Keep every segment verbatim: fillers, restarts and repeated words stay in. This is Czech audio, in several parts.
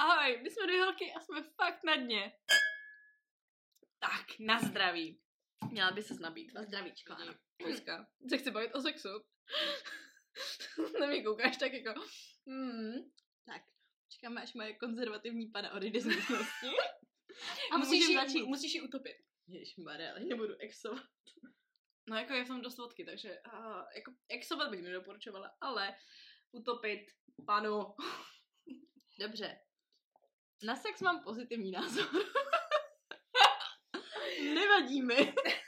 Ahoj, my jsme dvě holky a jsme fakt na dně. Tak, na zdraví. Měla by ses nabít. Na zdravíčko, ano. Pojďka. Se chci bavit o sexu. Na mě koukáš tak jako... Mm. Tak, čekáme, až moje konzervativní pana odejde z místnosti. A musíš ji, začít. musíš ji utopit. Ježišmarja, ale nebudu exovat. No jako je v tom dost vodky, takže uh, jako exovat bych nedoporučovala, ale utopit panu. Dobře. Na sex mám pozitivní názor. Nevadí mi.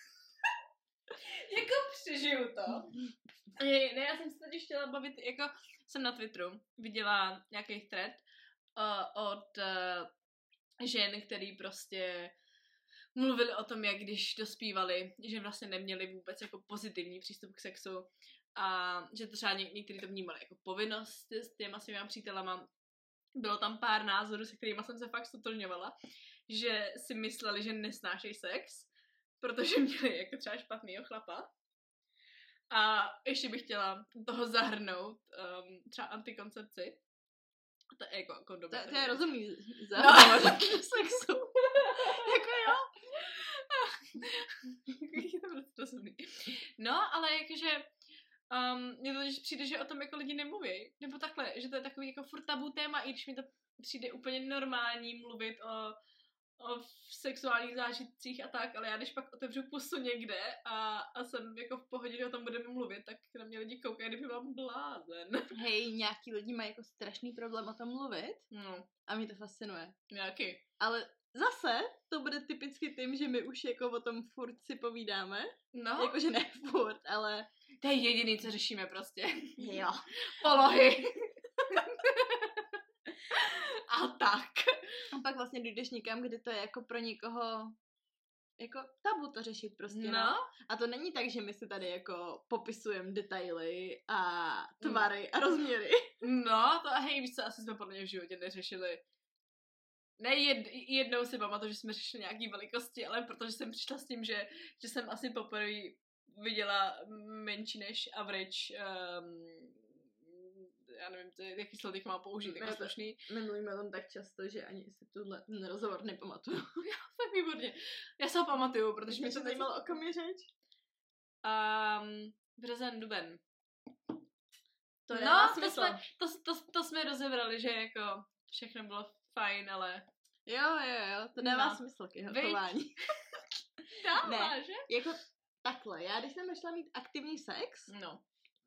Jako přežiju to. Ne, ne, já jsem se tady chtěla bavit, jako jsem na Twitteru viděla nějaký thread uh, od uh, žen, který prostě mluvili o tom, jak když dospívali, že vlastně neměli vůbec jako pozitivní přístup k sexu a že to třeba něk- někteří to vnímali jako povinnost s těma svýma přítelama. Bylo tam pár názorů, se kterými jsem se fakt stotožňovala, že si mysleli, že nesnášejí sex, protože měli jako třeba špatnýho chlapa. A ještě bych chtěla toho zahrnout um, třeba antikoncepci. To je jako kondom. To, to je rozumný zahrnout no. Sexu. Jako jo. Je to prostě rozumný. No, ale jakože um, mně to když přijde, že o tom jako lidi nemluví. Nebo takhle, že to je takový jako furt tabu téma, i když mi to přijde úplně normální mluvit o o sexuálních zážitcích a tak, ale já když pak otevřu pusu někde a, a jsem jako v pohodě, že o tom budeme mluvit, tak na mě lidi koukají, kdyby mám blázen. Hej, nějaký lidi mají jako strašný problém o tom mluvit No. A mě to fascinuje. Nějaký. Ale zase to bude typicky tím, že my už jako o tom furt si povídáme. No. Jakože ne furt, ale... To je jediný, co řešíme prostě. Jo. Polohy. A tak. A pak vlastně dojdeš někam, kde to je jako pro někoho jako tabu to řešit prostě, no. no. A to není tak, že my si tady jako popisujeme detaily a tvary mm. a rozměry. No, to hej, víš co, asi jsme podle mě v životě neřešili. Ne, jed, jednou si pamatuju, že jsme řešili nějaký velikosti, ale protože jsem přišla s tím, že, že jsem asi poprvé viděla menší než average um, já nevím, jaký slovo těch mám použít, jako slušný. My mluvíme o tom tak často, že ani si tuhle ten rozhovor nepamatuju. Tak výborně. Já se ho pamatuju, protože mě to zajímalo, o kom je řeč. Um, březen, duben. To no, to jsme, to, to, to jsme rozebrali, že jako všechno bylo fajn, ale... Jo, jo, jo, to dává no. smysl k jeho chování. Dává, ne, že? Jako takhle, já když jsem nešla mít aktivní sex, no.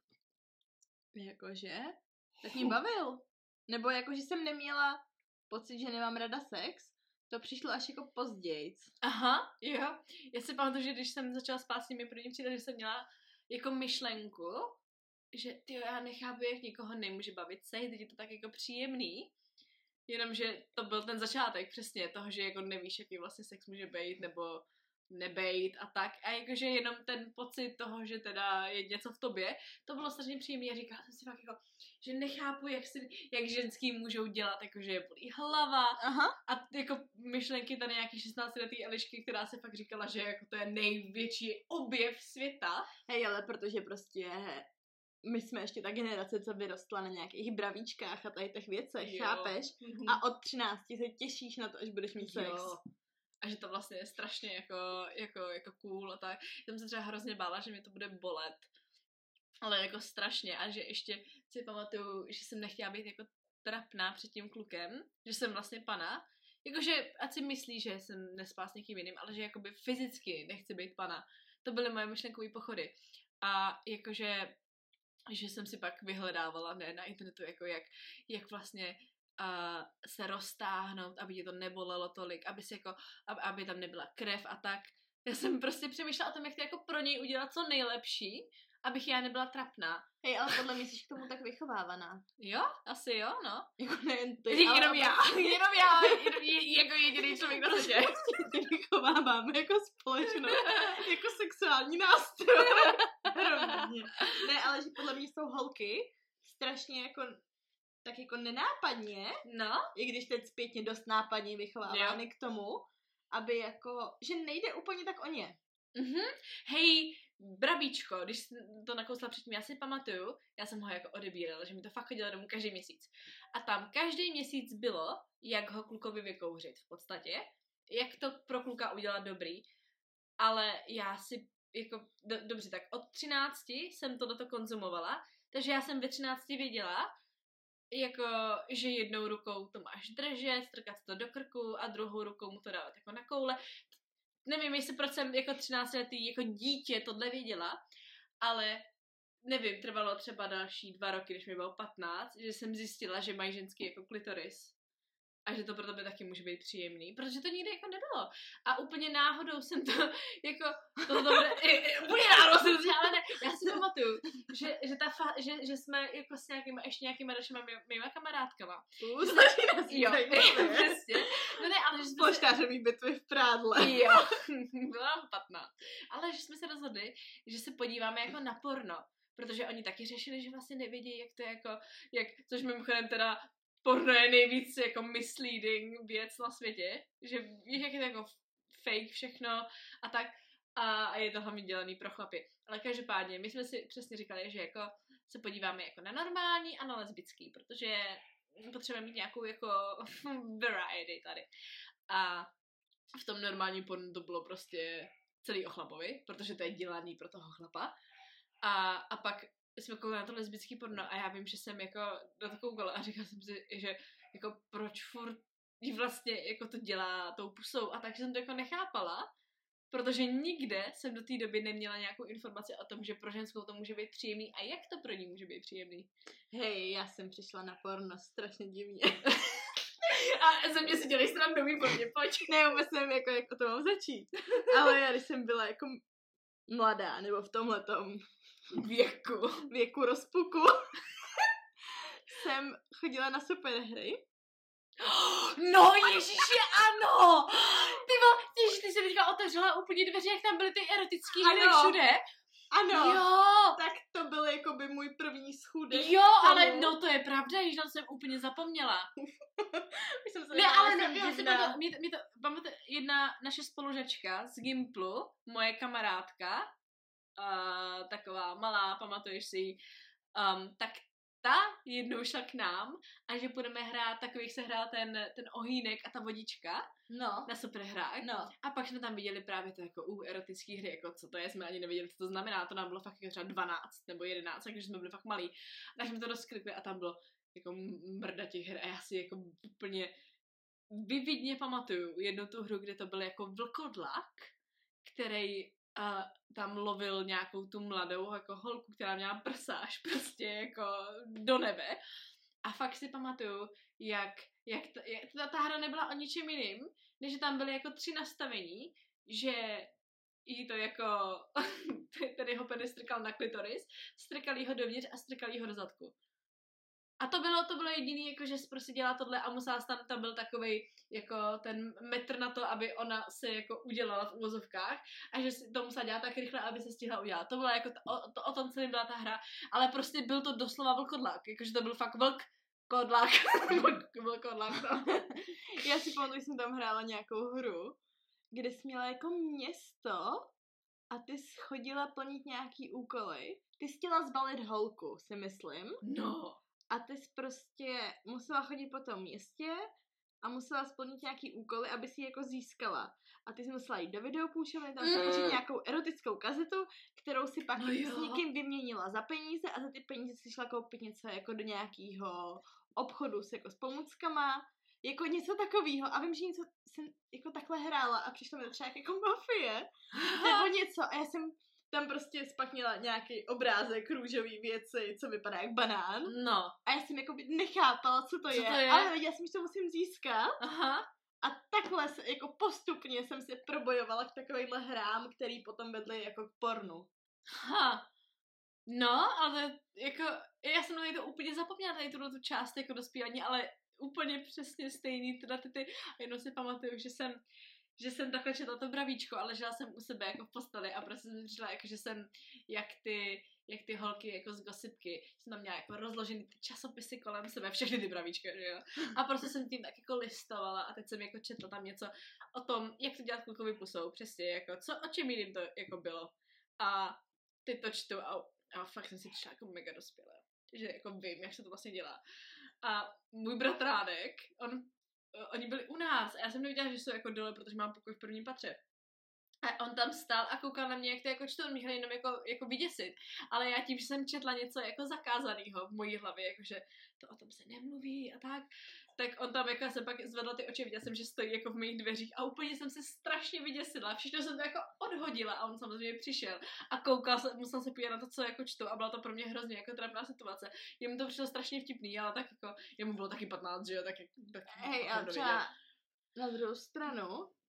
Jakože, tak mě bavil. Nebo jakože jsem neměla pocit, že nemám rada sex, to přišlo až jako později. Aha, jo. Já si pamatuju, že když jsem začala spát s nimi první přítel, že jsem měla jako myšlenku, že tyjo, já nechápu, jak někoho nemůže bavit sex, teď je to tak jako příjemný. Jenomže to byl ten začátek přesně toho, že jako nevíš, jaký vlastně sex může být, nebo nebejt a tak. A jakože jenom ten pocit toho, že teda je něco v tobě, to bylo strašně příjemné. A říkala jsem si fakt jako, že nechápu, jak, si, jak ženský můžou dělat, jakože je bolí hlava. Aha. A jako myšlenky tady nějaký šestnáctiletý Elišky, která se fakt říkala, že jako to je největší objev světa. Hej, ale protože prostě my jsme ještě ta generace, co vyrostla na nějakých bravíčkách a tady těch věcech, jo. Chápeš? Mm-hmm. A od třinácti se těšíš na to, až budeš mít sex. Jo. A že to vlastně je strašně jako, jako, jako cool a tak. Jsem se třeba hrozně bála, že mě to bude bolet. Ale jako strašně. A že ještě si pamatuju, že jsem nechtěla být jako trapná před tím klukem. Že jsem vlastně pana. Jakože, ať si myslí, že jsem nespala s někým jiným, ale že jakoby fyzicky nechci být pana. To byly moje myšlenkové pochody. A jakože, že jsem si pak vyhledávala ne, na internetu, jako jak, jak vlastně Uh, se roztáhnout, aby tě to nebolelo tolik, aby, si jako, aby, aby tam nebyla krev a tak. Já jsem prostě přemýšlela o tom, jak to jako pro něj udělat co nejlepší, abych já nebyla trapná. Hej, ale podle mě jsi k tomu tak vychovávaná. Jo? Asi jo, no. Jako nejen ty, jenom ale... já, jenom já, jenom je, jako jediný člověk na světě. Ty vychováváme jako společnost, jako sexuální nástroj. Ne, ale že podle mě jsou holky strašně jako tak jako nenápadně, no, i když teď zpětně dost nápadně vychovávány k tomu, aby jako, že nejde úplně tak o ně. Mhm. Hej, bravíčko, když jsem to nakousla předtím, já si pamatuju, já jsem ho jako odebírala, že mi to fakt chodilo domů každý měsíc. A tam každý měsíc bylo, jak ho klukovi vykouřit v podstatě, jak to pro kluka udělat dobrý, ale já si jako, do, dobře, tak od třinácti jsem tohleto konzumovala, takže já jsem ve třinácti věděla, jako, že jednou rukou to máš držet, strkat to do krku a druhou rukou mu to dávat jako na koule. Nevím, jestli proč jsem jako třináctiletý jako dítě tohle věděla, ale nevím, trvalo třeba další dva roky, když mi bylo patnáct, že jsem zjistila, že mají ženský jako klitoris. A že to pro tebe taky může být příjemný, protože to nikdy jako nebylo. A úplně náhodou jsem to, jako, to, to bude, úplně náhodou jsem to ale ne, já si pamatuju, že, že, ta fa, že, že jsme jako s nějakýma, ještě nějakýma dalšíma mýma kamarádkama. Uh, začíná si jo, přesně. No ne, ale že jsme Polštářový bitvy v prádle. Jo, bylo nám patnáct. Ale že jsme se rozhodli, že se podíváme jako na porno, protože oni taky řešili, že vlastně nevědí, jak to je jako, jak, což mimochodem teda porno je nejvíc jako misleading věc na světě, že víš, jak je to jako fake všechno a tak a, a je to hlavně dělaný pro chlapy. Ale každopádně, my jsme si přesně říkali, že jako se podíváme jako na normální a na lesbický, protože potřebujeme mít nějakou jako variety tady. A v tom normálním pornu to bylo prostě celý o chlapovi, protože to je dělaný pro toho chlapa. A, a pak jsme koukali na to lesbický porno a já vím, že jsem jako do to koukala a říkala jsem si, že jako proč furt jí vlastně jako to dělá tou pusou a takže jsem to jako nechápala, protože nikde jsem do té doby neměla nějakou informaci o tom, že pro ženskou to může být příjemný a jak to pro ní může být příjemný. Hej, já jsem přišla na porno strašně divně. A ze mě si dělej srandu, výborně, pojď. Ne, vůbec nevím, jako, jak o to mám začít. Ale já, když jsem byla jako mladá, nebo v tomhletom věku, věku rozpuku, jsem chodila na superhry. No ježiši, ano! Ty vo, ty, ty jsi teďka otevřela úplně dveře, jak tam byly ty erotický hry všude. Ano, jo. Tak to byl jakoby můj první schůdek. Jo, ale no to je pravda, že jsem úplně zapomněla. jsem se ne, ale ne, já si to, mě, mě to, pamatuje, jedna naše spolužačka z Gimplu, moje kamarádka, uh, taková malá, pamatuješ si ji, um, tak ta jednou šla k nám a že budeme hrát, takových se hrál ten, ten ohýnek a ta vodička no. na superhrách. No. A pak jsme tam viděli právě to jako uh, erotický hry, jako co to je, jsme ani nevěděli, co to znamená. To nám bylo fakt jako třeba dvanáct nebo jedenáct, takže jsme byli fakt malí. Tak jsme to rozklikli a tam bylo jako mrda těch her a já si jako úplně vividně pamatuju jednu tu hru, kde to byl jako vlkodlak, který a tam lovil nějakou tu mladou jako holku, která měla prsáž prostě jako do nebe. A fakt si pamatuju, jak, jak, ta, jak ta, ta hra nebyla o ničem jiným, než že tam byly jako tři nastavení, že jí to jako ten jeho penis strkal na klitoris, strkal jí ho dovnitř a strkal jí ho do zadku. A to bylo, to bylo jediný, jako že prostě dělá tohle a musela tam, tam byl takovej, jako ten metr na to, aby ona se jako udělala v úvozovkách a že si to musela dělat tak rychle, aby se stihla udělat. To byla jako, o, to, o tom celým byla ta hra, ale prostě byl to doslova vlkodlak, jakože to byl fakt vlk, kodlak, vlkodlak, no. Já si pamatuju, že jsem tam hrála nějakou hru, kde jsi měla jako město a ty jsi chodila plnit nějaký úkoly. Ty jsi chtěla zbalit holku, si myslím. No. A ty jsi prostě musela chodit po tom městě a musela splnit nějaký úkoly, aby si ji jako získala. A ty jsi musela jít do videopůjčovny, tam mm. si nějakou erotickou kazetu, kterou si pak no s někým vyměnila za peníze a za ty peníze si šla koupit něco jako do nějakého obchodu s, jako s pomůckama, jako něco takového. A vím, že něco jsem jako takhle hrála a přišlo mi to třeba jako mafie, nebo něco. A já jsem tam prostě spak měla nějaký obrázek růžový věci, co vypadá jak banán. No. A já jsem jako nechápala, co to, co je, to je, ale věděla jsem, že to musím získat. Aha. A takhle se, jako postupně jsem se probojovala k takovýmhle hrám, který potom vedly jako k pornu. Ha. No, ale jako, já jsem na to úplně zapomněla, tady tuto tu část jako dospívání, ale úplně přesně stejný, teda ty, ty, a jenom si pamatuju, že jsem že jsem takhle četla to bravíčko, ale žila jsem u sebe jako v posteli a prostě jsem říkala, jako, že jsem jak ty, jak ty holky jako z gosipky, jsem tam měla jako rozložený ty časopisy kolem sebe, všechny ty bravíčka, že jo. A prostě jsem tím tak jako listovala a teď jsem jako četla tam něco o tom, jak to dělat klukový pusou, přesně, jako co, o čem jiným to jako bylo. A ty to čtu a, a fakt jsem si přišla jako mega dospělá. Že jako vím, jak se to vlastně dělá. A můj bratránek, on, oni byli u nás a já jsem neviděla, že jsou jako dole, protože mám pokoj v prvním patře. A on tam stál a koukal na mě, jak to jako čtu, on mě chtěl jenom jako, jako vyděsit. Ale já tím, že jsem četla něco jako zakázanýho v mojí hlavě, jakože to o tom se nemluví a tak, tak on tam jako, já jsem pak zvedla ty oči, viděla jsem, že stojí jako v mých dveřích a úplně jsem se strašně vyděsila. Všechno jsem to jako odhodila a on samozřejmě přišel a koukal se, musel se podívat na to, co jako čtu a byla to pro mě hrozně jako trapná situace. Jemu to přišlo strašně vtipný, ale tak jako, jemu bylo taky patnáct, že jo, tak, tak hej, a třeba na druhou stranu,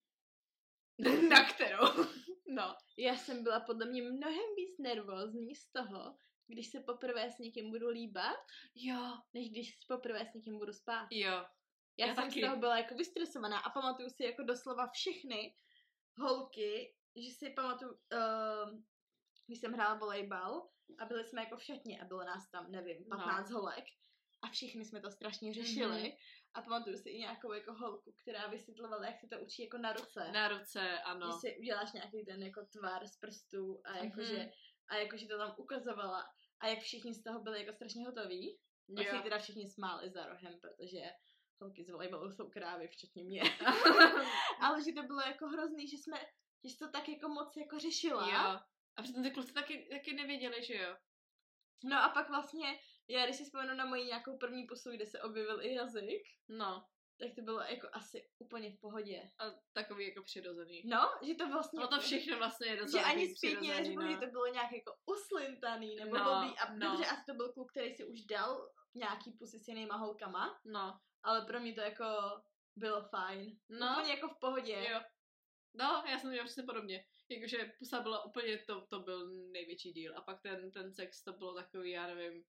na kterou? No. Já jsem byla podle mě mnohem víc nervózní z toho, když se poprvé s někým budu líbat, Jo. než když poprvé s někým budu spát. Jo. Já, Já jsem taky. z toho byla jako vystresovaná a pamatuju si jako doslova všechny holky, že si pamatuju, uh, když jsem hrála volejbal a byli jsme jako v šatně a bylo nás tam, nevím, patnáct no. holek a všichni jsme to strašně řešili. Mm-hmm. A pamatuju si i nějakou jako holku, která vysvětlovala, jak se to učí jako na ruce. Na ruce, ano. Že si uděláš nějaký ten jako tvar z prstů a jakože mm-hmm. a jakože to tam ukazovala a jak všichni z toho byli jako strašně hotoví. Vlastně yeah. teda všichni smáli za rohem, protože holky z volejbalu jsou krávy, včetně mě. Ale že to bylo jako hrozný, že jsme, že jsi to tak jako moc jako řešila. Jo. A přitom ty kluci taky, taky nevěděli, že jo? No a pak vlastně, já když si vzpomenu na moji nějakou první pusu, kde se objevil i jazyk, no, tak to bylo jako asi úplně v pohodě. A takový jako přirozený. No, že to vlastně... No to všechno vlastně je docela že ani zpětně, neřekl, no. že to bylo nějak jako uslintaný, nebo no, blbý. A no. dobře, asi to byl kluk, který si už dal nějaký pusy s jinýma holkama. No. Ale pro mě to jako bylo fajn. No. Úplně jako v pohodě. Jo. No, já jsem měla přesně podobně. Jakože pusa byla úplně, to, to byl největší díl. A pak ten, ten sex, to bylo takový, já nevím...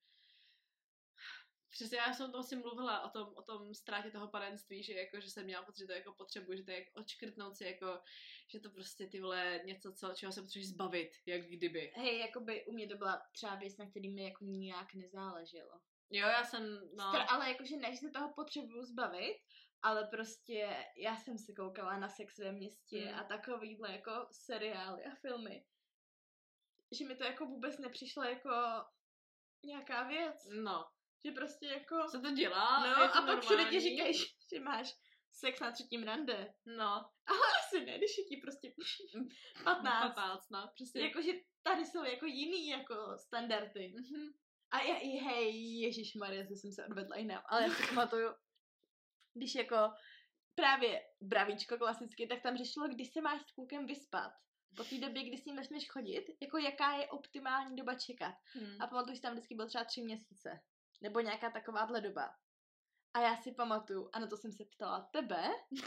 Přesně, já jsem to asi mluvila o tom, o tom ztrátě toho panenství, že jako, že jsem měla pocit, že to jako potřebuji, že to je jako odškrtnout si, jako, že to prostě ty vole něco, co, čeho se potřebuješ zbavit, jak kdyby. Hej, jakoby u mě to byla třeba věc, na který mi jako nějak nezáleželo. Jo, já jsem, no. Str- ale jakože než se toho potřebuju zbavit, ale prostě já jsem se koukala na Sex ve městě mm. a takovýhle jako seriály a filmy, že mi to jako vůbec nepřišlo jako nějaká věc. No. Že prostě jako... Co to dělá? No a pak všude ti říkají, že máš sex na třetím rande. No. Ale asi ne, když je ti prostě patnáct. patnáct, no, přesně. Jakože tady jsou jako jiný jako standardy. Mm-hmm. A já i hej, ježišmarja, jsem se odvedla jinam, ale já si pamatuju, když jako právě bravíčko klasicky, tak tam řešilo, když se máš s klukem vyspat. Po té době, kdy s ním nesmíš chodit, jako jaká je optimální doba čekat. Hmm. A pamatuju, že tam vždycky bylo třeba tři měsíce. Nebo nějaká takováhle doba. A já si pamatuju, a na to jsem se ptala tebe.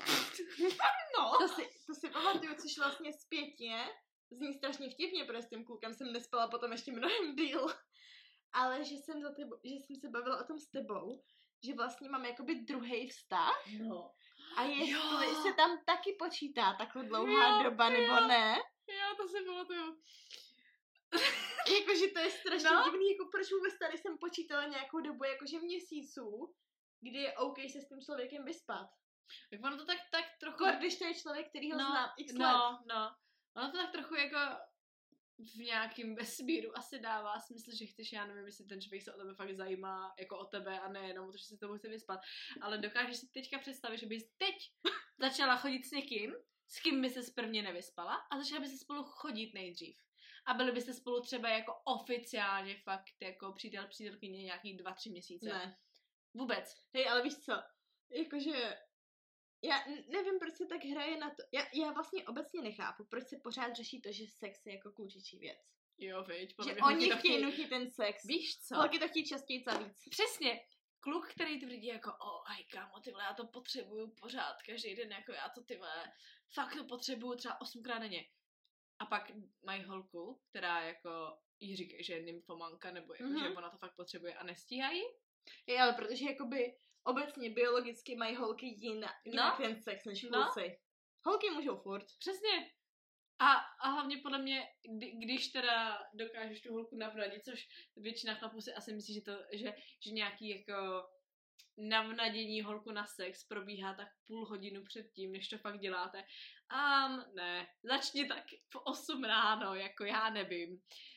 No. To si, to si pamatuju, což vlastně zpětně zní strašně vtipně, protože s tím klukem jsem nespala potom ještě mnohem díl. Ale že jsem, za tebou, že jsem se bavila o tom s tebou, že vlastně mám jakoby druhý vztah. No. A jestli jo. se tam taky počítá takhle dlouhá jo, doba, jo. nebo ne. Jo, to si pamatuju. Jakože to je strašně no. divný, jako proč vůbec tady jsem počítala nějakou dobu, jakože měsíců, kdy je OK se s tím člověkem vyspat. Tak ono to tak, tak trochu... Kor, když to je člověk, který ho no, znám x no, let. No, ono to tak trochu jako v nějakým vesmíru asi dává smysl, že chceš, já nevím, jestli ten člověk se o tebe fakt zajímá, jako o tebe a nejenom, protože se s tebou chce vyspat. Ale dokážeš si teďka představit, že bys teď začala chodit s někým, s kým by se prvně nevyspala a začala by se spolu chodit nejdřív. A byli byste spolu třeba jako oficiálně fakt jako přítel, přítelkyně nějaký dva, tři měsíce. Ne. Vůbec. Hej, ale víš co, jakože já nevím, proč se tak hraje na to. Já, já vlastně obecně nechápu, proč se pořád řeší to, že sex je jako klučičí věc. Jo, viď. Že oni chtějí nutit ten sex. Víš co? Holky to chtějí častěji a víc. Přesně. Kluk, který tvrdí jako, o, aj kámo, ty vole, já to potřebuju pořád, každý den, jako já to ty vole, fakt to potřebuju třeba osmkrát denně. A pak mají holku, která jako jí říká, že je nymfomanka, nebo jako, mm-hmm. že ona to fakt potřebuje a nestíhají. Je, ale protože jakoby obecně biologicky mají holky jinak, jinak no. ten sex než kluci. No. Holky můžou furt. Přesně. A, a hlavně podle mě, kdy, když teda dokážeš tu holku navnadit, což většina chlapů si asi myslí, že, to, že, že nějaký jako navnadění holku na sex probíhá tak půl hodinu předtím, než to fakt děláte. A um, ne, začni tak v osm ráno, jako já nevím.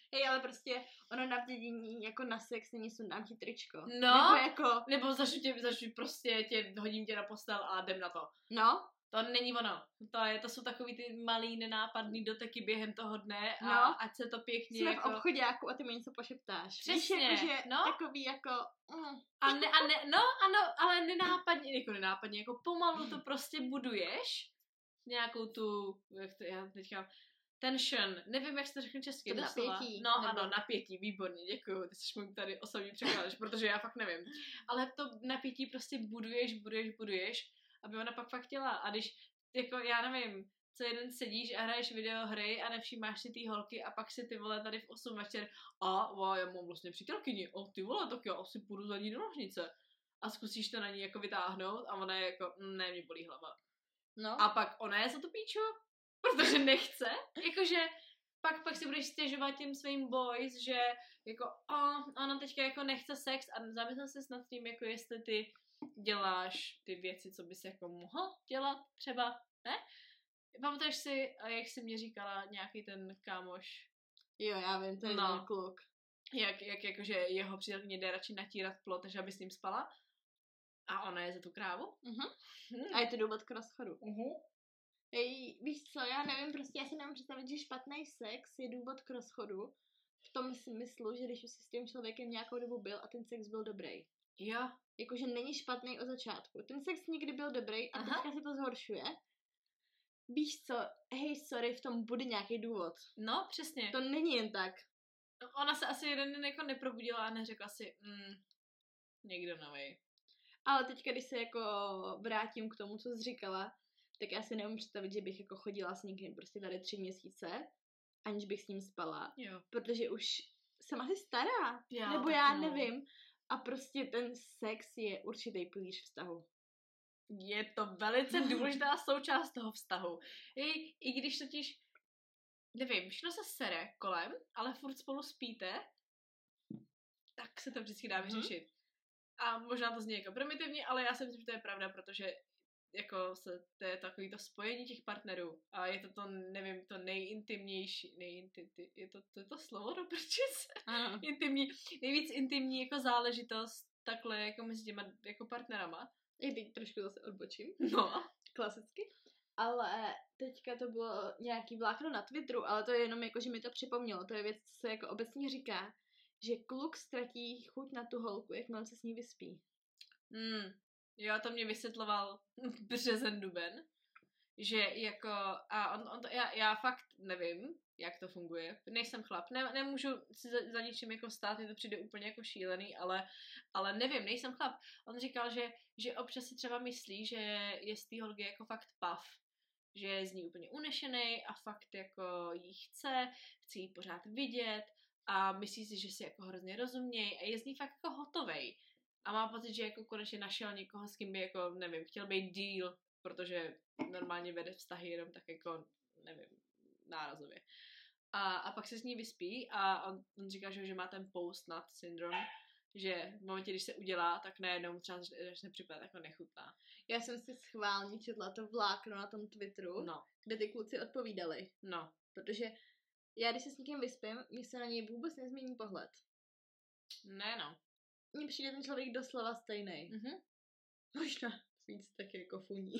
Hej, ale prostě ono na vdědění jako na sex není sundám ti tričko. No, Nebo jako... Nebo začnu tě, začnu prostě tě, hodím tě na postel a jdem na to. No. To není ono. To, je, to jsou takový ty malý nenápadný doteky během toho dne a no. ať se to pěkně Jsme jako... v obchodáku a ty mi něco pošeptáš. Přesně, Víš, jako, že no. takový jako... Mm. A ne, a ne, no, ano, ale nenápadně, jako nenápadně, jako pomalu to prostě buduješ. Nějakou tu, jak to, já teďka, tension, nevím, jak se to řekne česky. To doslova. napětí. No nebo... ano, napětí, výborně, děkuju, ty jsi můj tady osobní překládač, protože já fakt nevím. Ale to napětí prostě buduješ, buduješ, buduješ, aby ona pak fakt chtěla. A když, jako já nevím, co jeden sedíš a hraješ videohry a nevšímáš si ty holky a pak si ty vole tady v osm večer a wow, já mám vlastně přítelkyni, o ty vole, tak já asi půjdu za ní do nožnice. A zkusíš to na ní jako vytáhnout a ona je jako, ne, mě bolí hlava. No. A pak ona je za tu píču, protože nechce. Jakože pak, pak si budeš stěžovat těm svým boys, že jako, oh, ona teďka jako nechce sex a zamyslel se nad tím, jako jestli ty děláš ty věci, co bys jako mohl dělat třeba, ne? Pamatuješ si, jak jsi mě říkala nějaký ten kámoš? Jo, já vím, to je no. kluk. Jak, jak jakože jeho přítelkyně jde radši natírat plot, než aby s ním spala. A ona je za tu krávu. Uh-huh. Hmm. A je to důvod k rozchodu. Uh-huh. Ej, víš co, já nevím, prostě já si nemůžu představit, že špatný sex je důvod k rozchodu. V tom smyslu, že když už si s tím člověkem nějakou dobu byl a ten sex byl dobrý. Jo. Jakože není špatný od začátku. Ten sex nikdy byl dobrý a teďka se to zhoršuje. Víš co, hej, sorry, v tom bude nějaký důvod. No, přesně. To není jen tak. Ona se asi jeden den jako neprobudila a neřekla si, mm, někdo novej. Ale teďka, když se jako vrátím k tomu, co jsi říkala, tak já si nemůžu představit, že bych jako chodila s někým prostě tady tři měsíce, aniž bych s ním spala. Jo. Protože už jsem asi stará. Já, nebo já no. nevím. A prostě ten sex je určitý pilíř vztahu. Je to velice důležitá součást toho vztahu. I, i když totiž, nevím, všechno se sere kolem, ale furt spolu spíte, tak se to vždycky dá vyřešit. Mm-hmm. A možná to zní jako primitivně, ale já si myslím, že to je pravda, protože jako se, to je takový to spojení těch partnerů a je to to, nevím, to nejintimnější, nejintim, je to, to je to slovo do prčic? Intimní, nejvíc intimní jako záležitost takhle jako mezi těma jako partnerama. I teď trošku zase odbočím. No. Klasicky. Ale teďka to bylo nějaký vlákno na Twitteru, ale to je jenom jako, že mi to připomnělo. To je věc, co se jako obecně říká, že kluk ztratí chuť na tu holku, jakmile se s ní vyspí. Hmm. Jo, to mě vysvětloval březen duben, že jako, a on, on to, já, já fakt nevím, jak to funguje, nejsem chlap, ne, nemůžu si za, za ničím jako stát, mi to přijde úplně jako šílený, ale, ale nevím, nejsem chlap. On říkal, že, že občas si třeba myslí, že je z té holky jako fakt pav, že je z ní úplně unešený a fakt jako jí chce, chce jí pořád vidět a myslí si, že si jako hrozně rozumějí a je z ní fakt jako hotovej. A má pocit, že jako konečně našel někoho, s kým by jako, nevím, chtěl být deal, protože normálně vede vztahy jenom tak jako, nevím, nárazově. A, a pak se s ní vyspí a on, on říká, že, že má ten post-nut syndrom, že v momentě, když se udělá, tak najednou třeba začne připadat jako nechutná. Já jsem si schválně četla to vlákno na tom Twitteru, no. kde ty kluci odpovídali. No. Protože já, když se s někým vyspím, mně se na něj vůbec nezmění pohled. Ne, no. Mně přijde ten člověk doslova stejný. Mhm. Možná víc tak jako funí.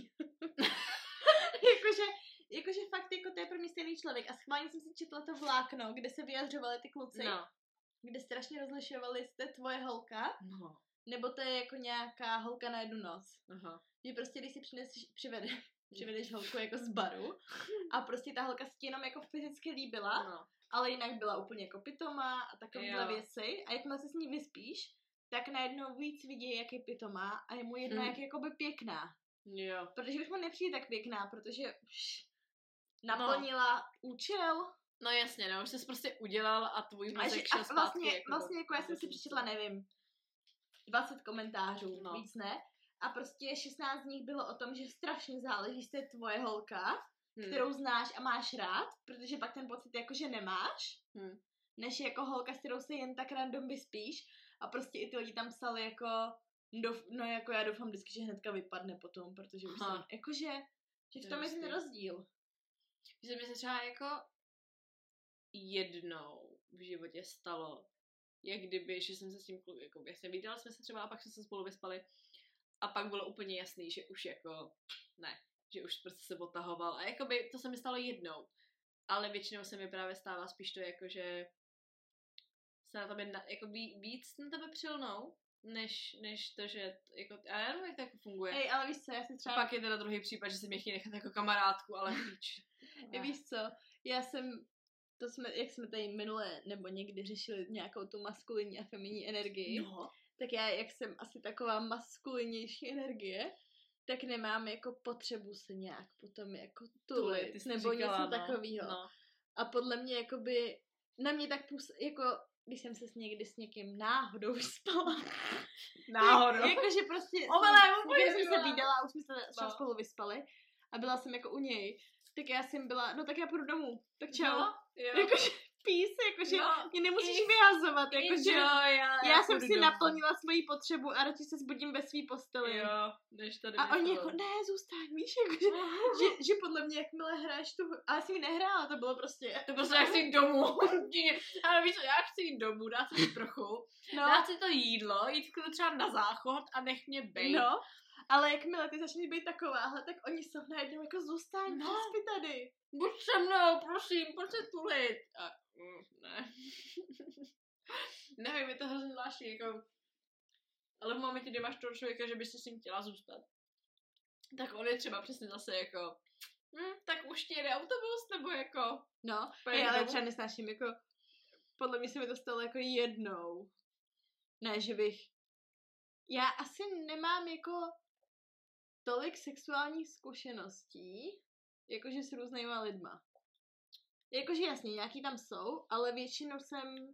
jakože, jakože fakt jako to je pro mě stejný člověk. A schválně jsem si četla to vlákno, kde se vyjadřovali ty kluci. No. Kde strašně rozlišovali, jste tvoje holka, no. nebo to je jako nějaká holka na jednu noc. Aha. Že prostě, když si přineseš, přivede, přivedeš holku jako z baru a prostě ta holka si ti jenom jako fyzicky líbila, no. ale jinak byla úplně jako pitomá a takovéhle jo. věci. A jakmile se s ní vyspíš, tak najednou víc vidí, jak je pitomá a je mu jedno, mm. jak je jakoby pěkná. Jo. Protože už mu nepřijde tak pěkná, protože už naplnila no. účel. No jasně, no, už jsi prostě udělal a tvůj mozek a, šel a vlastně, zpátky. Jako vlastně jako já jsem si přečetla, nevím, dvacet komentářů, no. víc ne. A prostě šestnáct z nich bylo o tom, že strašně záleží, jestli je tvoje holka, hmm. kterou znáš a máš rád, protože pak ten pocit jakože nemáš, hmm. než jako holka, s kterou se jen tak random vyspíš. A prostě i ty lidi tam psali jako, dof, no jako já doufám vždycky, že hnedka vypadne potom, protože už jsem, jakože, že v tom je ten rozdíl. Že mi se třeba jako jednou v životě stalo. Jak kdyby, že jsem se s tím klukem, jako jak jsem viděla, jsme se třeba a pak jsme se spolu vyspali. A pak bylo úplně jasný, že už jako, ne, že už prostě se otahoval. A jakoby to se mi stalo jednou. Ale většinou se mi právě stává spíš to jako, že se na tebe, na, jako víc na tebe přilnou, než, než to, že jako, a já nevím, jak to jako funguje. Hej, ale víš co, já si třeba... A pak je teda druhý případ, že si mě chtějí nechat jako kamarádku, ale píč. A víš co, já jsem, to jsme, jak jsme tady minule, nebo někdy řešili nějakou tu maskulinní a feminní energii, No. tak já, jak jsem asi taková maskulinnější energie, tak nemám jako potřebu se nějak potom jako tulit, tulit nebo říkala, něco no. takového. No. A podle mě jakoby, na mě tak půs, jako, když jsem se s někdy s někým náhodou vyspala. Náhodou. Tak, jakože prostě, Omelé, s někým jsem se vydala a už jsme se třeba no. spolu vyspali a byla jsem jako u něj, tak já jsem byla, no tak já půjdu domů, tak čau. No, jo. Jakože pís, jakože No, mě nemusíš i- vyhazovat, jakože já, já, já jsem půjdu si domů. naplnila svoji potřebu a radši se zbudím ve svý posteli. Jo, než tady A oni něco. jako, ne, zůstaň, víš, jakože, že, že podle mě, jakmile hraješ tu, ale já jsem ji nehrála, to bylo prostě, To prostě já chci jít domů. Ale víš co, já chci jít domů, dát si sprchu, no, dát si to jídlo, jít k třeba na záchod a nech mě bejt. no, ale jakmile ty začneš být takováhle, tak oni jsou najednou jako zůstaň, No. přespi tady. Buď se mnou, prosím, pojď se tulit. A, mm, ne. Nevím, je to hrozně zvláštní, jako... Ale v momentě, kdy máš toho člověka, že bys si s ním chtěla zůstat, tak on je třeba přesně zase jako... Hm, tak už ti jede autobus, nebo jako... No, Pojď já ale domů. třeba nesnáším, jako, podle mě se mi to stalo jako jednou. Ne, že bych, já asi nemám jako tolik sexuálních zkušeností, jakože s různýma lidma. Jakože jasně, nějaký tam jsou, ale většinou jsem,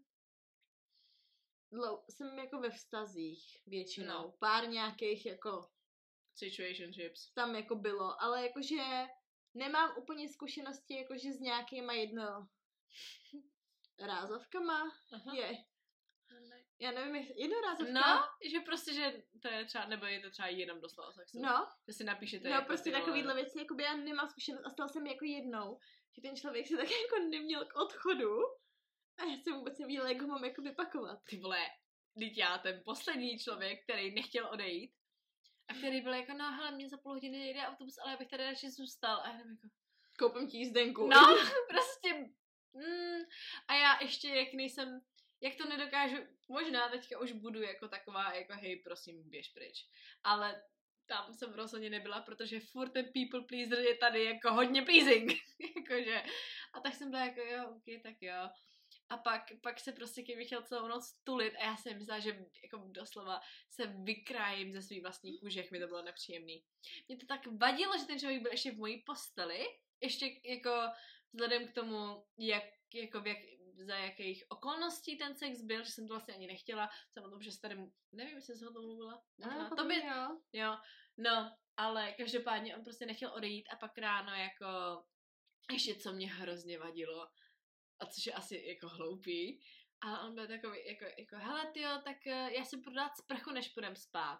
dlou, jsem jako ve vztazích většinou. No. Pár nějakých jako Situationships. tam jako bylo, ale jakože nemám úplně zkušenosti jakože s nějakýma jedno rázovkama. Aha. Je. Já nevím, jak jednorázovka. No, že prostě, že to je třeba, nebo je to třeba jenom doslova sexu. No, Že si napíšete no jako prostě ty vole. takovýhle věci, jakoby já nemám zkušenost a stalo se mi jako jednou, že ten člověk se tak jako neměl k odchodu a já jsem vůbec nevěděla, jak ho mám jako vypakovat. Ty vole, teď já, ten poslední člověk, který nechtěl odejít a který byl jako, no hele, mě za půl hodiny jede autobus, ale já bych tady radši zůstal. A já nevím, jako... Koupím ti jízdenku. No, prostě... Mm, a já ještě, jak nejsem... Jak to nedokážu, možná teďka už budu jako taková, jako hej, prosím, běž pryč. Ale tam jsem rozhodně nebyla, protože furt ten people pleaser je tady jako hodně pleasing. Jakože. A tak jsem byla jako, jo, ok, tak jo. A pak, pak se prostě kdyby chtěl celou noc tulit a já jsem myslela, že jako doslova se vykrájím ze svý vlastní kůže, jak mi to bylo nepříjemný. Mě to tak vadilo, že ten člověk byl ještě v mojí posteli, ještě jako vzhledem k tomu, jak, jako v jak, za jakých okolností ten sex byl, že jsem to vlastně ani nechtěla, jsem o tom, že se tady, nevím, jestli jsem o tom mluvila, možná, to by, jo. jo, no, ale každopádně on prostě nechtěl odejít a pak ráno jako, ještě co mě hrozně vadilo, a což je asi jako hloupý, ale on byl takový, jako, jako hele tyjo, tak já si budu dát sprchu, než půjdem spát.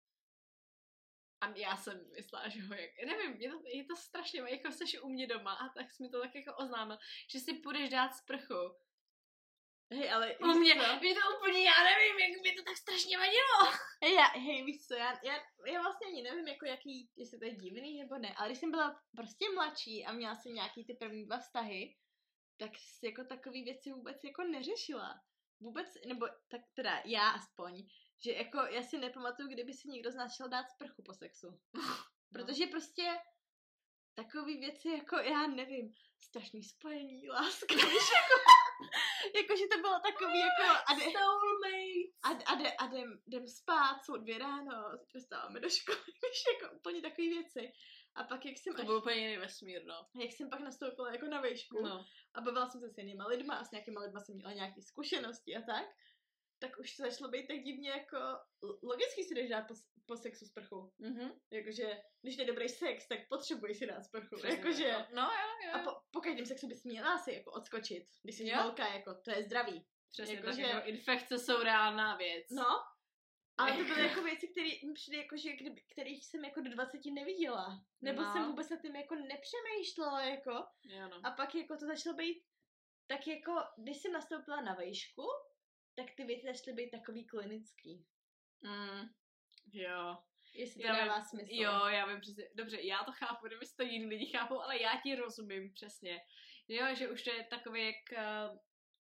A já jsem myslela, že ho jak, nevím, je to, je to strašně, jako seš u mě doma a tak jsi mi to tak jako oznámil, že si půjdeš dát sprchu. Hej, ale U mě, mě to úplně, já nevím, jak mě to tak strašně vadilo. Hej, já, hej, víš co, já, já, já vlastně ani nevím, jako jaký, jestli to je divný nebo ne, ale když jsem byla prostě mladší a měla jsem nějaký ty první dva vztahy, tak si jako takový věci vůbec jako neřešila. Vůbec, nebo tak teda já aspoň, že jako já si nepamatuju, kdyby si někdo z nás šel dát sprchu po sexu. Protože prostě takový věci jako, já nevím, strašný spojení, láska, víš, jako, jako, že to bylo takový jako a, de, a, a, de, a jdem, jdem spát, jsou dvě ráno, zítra stáváme do školy, víš, jako úplně takový věci. A pak jak jsem To až, byl úplně jiný vesmír, no. jak jsem pak nastoupila jako na vejšku No. a bavila jsem se s jinýma lidma a s nějakýma lidma jsem měla nějaké zkušenosti a tak, tak už to začalo být tak divně jako, logicky si jdeš dát po, po sexu sprchu. Mhm. Jakože, když je dobrý sex, tak potřebuješ si dát sprchu. Přesně, Jakože, no, jo, jo. a po, po každém sexu bys měla si jako odskočit, když jsi Jo. holka, jako, to je zdravý. Přesně jako tak, že- jako infekce jsou reálná věc. No, ale to byly jako věci, které mi přijde jako, že kdyby, kterých jsem jako do dvaceti neviděla. Nebo No. jsem vůbec na tím jako nepřemýšlela, jako. Jo, no. A pak jako to začalo být tak jako, když jsem nastoupila na vejšku, tak ty věci začaly být takový klinický. Mm, jo. Jestli to Já dává vím, smysl. Jo, já vím přesně. Dobře, já to chápu, nevím, jestli to jiní lidi chápou, ale já ti rozumím přesně. Jo, že už to je takové, jak... Uh,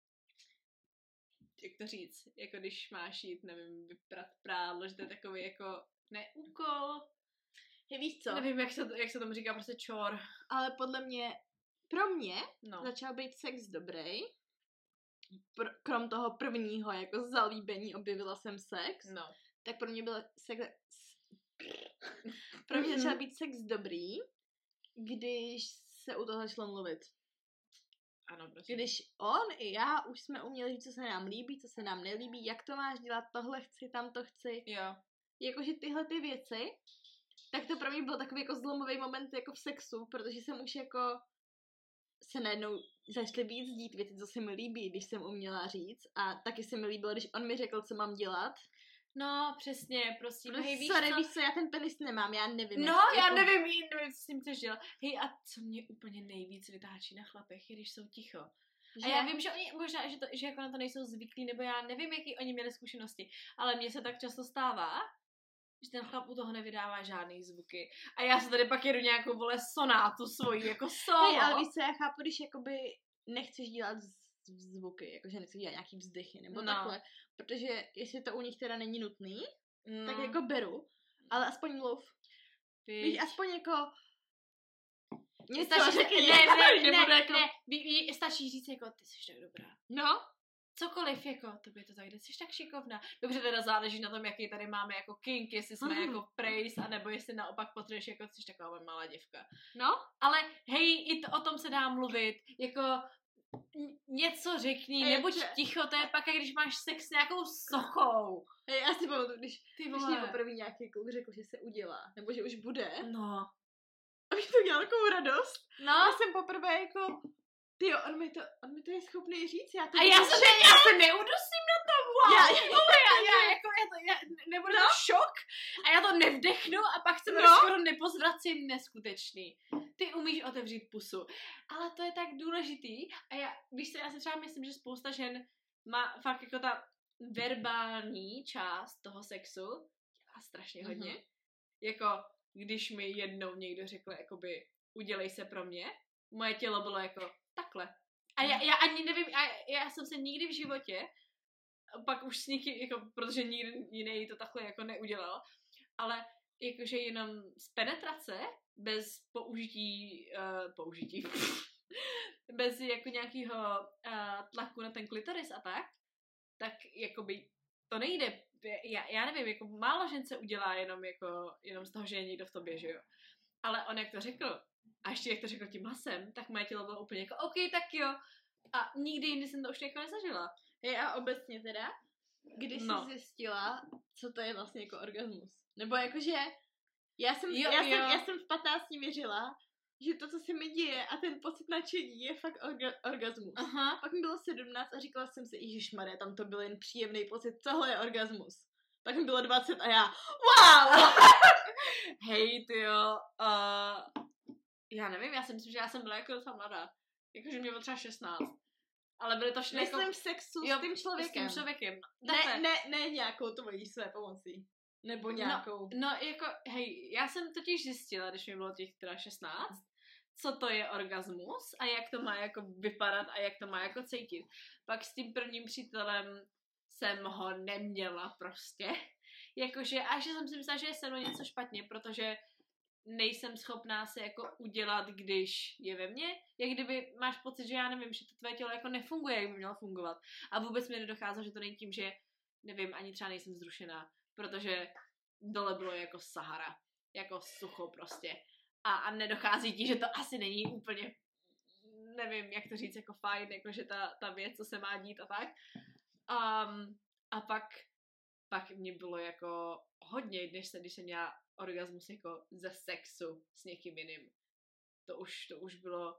jak to říct? Jako když máš jít, nevím, vyprat prádlo, že to je takový jako... Ne, úkol. Hej, víš co? Nevím, jak se, to, jak se tomu říká, prostě čor. Ale podle mě, pro mě no. začal být sex dobrý. Pr- krom toho prvního, jako zalíbení, objevila jsem sex. No. Tak pro mě byl sex... pro mě začal být sex dobrý, když se u toho začalo mluvit. Ano, prosím. Když on i já už jsme uměli říct, co se nám líbí, co se nám nelíbí, jak to máš dělat, tohle chci, tam to chci. Jo. Jakože tyhle ty věci, tak to pro mě byl takový jako zlomový moment jako v sexu, protože jsem už jako se najednou začaly víc dít věci, co se mi líbí, když jsem uměla říct, a taky se mi líbilo, když on mi řekl, co mám dělat. No, přesně, prosím. Prostě, hej, víš sorry, co? víš co, já ten penis nemám, já nevím. No, jak, já jako... nevím, nevím, co s tím chceš dělat. Hej, a co mě úplně nejvíc vytáčí na chlapech, je, když jsou ticho. Že? A já vím, že oni možná, že, to, že jako na to nejsou zvyklí, nebo já nevím, jaký oni měli zkušenosti, ale mně se tak často stává, že ten chlap u toho nevydává žádný zvuky. A já se tady pak jedu nějakou, vole, sonátu svoji, jako solo. Hej, ale víš co, já chápu, když jakoby nechceš dělat zvuky, jakože nechceš dělat nějaký vzdychy, nebo no. takhle, protože jestli to u nich teda není nutný, no. tak jako beru, ale aspoň mluv. Víš, aspoň jako něco řekni. Ne, ne, ne, ne, jako... ne, ví, ví, stačí říct jako, ty jsi tak dobrá. No. Cokoliv, jako, tobě to tak jde, jsi tak šikovná. Dobře, teda záleží na tom, jaký tady máme jako kink, jestli jsme mm. jako praise, anebo jestli naopak potřebuješ, jako jsi taková malá děvka. No. Ale hej, i to, o tom se dá mluvit, jako něco řekni, hej, nebuď tě... ticho, to je pak, když máš sex s nějakou sochou. Hej, já si pamatuju, když, když mě poprvé nějaký kluk řekl, že se udělá, nebo že už bude. No. A mi to dělalo takovou radost. No. Já jsem poprvé jako, tyjo, on mi to, on mi to je schopný říct, já to A já se, ne, já se neudusím na tom, wow. Já, já, já, já, jako, já to, já, nebude no. to šok a já to nevdechnu a pak se mi no. skoro nepozvracím, neskutečný. Ty umíš otevřít pusu. Ale to je tak důležitý a já, víš co, já si třeba myslím, že spousta žen má fakt jako ta verbální část toho sexu dělá strašně hodně. Mm-hmm. Jako, když mi jednou někdo řekl, jakoby, udělej se pro mě, moje tělo bylo jako takhle. A já, já ani nevím, a já jsem se nikdy v životě, pak už s nikým, jako, protože nikdy jiný to takhle jako neudělal, ale jakože jenom z penetrace, bez použití, uh, použití, bez jako nějakého uh, tlaku na ten klitoris a tak, tak jakoby to nejde. Já, já nevím, jako málo žen se udělá jenom jako, jenom z toho, že je někdo v tobě, že jo. Ale on jak to řekl, a ještě jak to řekl tím hlasem, tak moje tělo bylo úplně jako, OK, tak jo. A nikdy jindy jsem to už jako nezažila. Hej, a obecně teda, když no. jsi zjistila, co to je vlastně jako orgasmus? Nebo jakože, já jsem, jo, já, jo. jsem, já jsem v patnácti věřila, že to, co se mi děje a ten pocit nadšení je fakt orga, orgasmus. Aha. Pak mi bylo sedmnáct a říkala jsem si, ježišmarja, tam to byl jen příjemný pocit, tohle je orgasmus. Pak mi bylo dvacet a já, wow! Hej, tyjo, uh, já nevím, já si myslím, že já jsem byla jako docela mladá. Jakože mě bylo třeba šestnáct. Ale byly to všechny Myslím jako... v sexu jo, s tím člověkem. S tím člověkem. Ne, ne, ne nějakou tvojí své pomocí. Nebo nějakou. No, no, jako, hej, já jsem totiž zjistila, když mi bylo těch teda šestnáct, co to je orgasmus a jak to má jako vypadat a jak to má jako cítit. Pak s tím prvním přítelem jsem ho neměla prostě. Jakože, až jsem si myslela, že je se mnou něco špatně, protože nejsem schopná se jako udělat, když je ve mně. Jak kdyby máš pocit, že já nevím, že to tvé tělo jako nefunguje, jak by mělo fungovat. A vůbec mi nedocházelo, že to není tím, že nevím, ani třeba nejsem vzrušená, protože dole bylo jako Sahara. Jako sucho prostě. A, a nedochází ti, že to asi není úplně, nevím, jak to říct, jako fajn, jako že ta, ta věc, co se má dít a tak. Um, a pak pak mě bylo jako hodně, když jsem, když jsem měla orgasmus jako ze sexu s někým jiným. To už, to už bylo,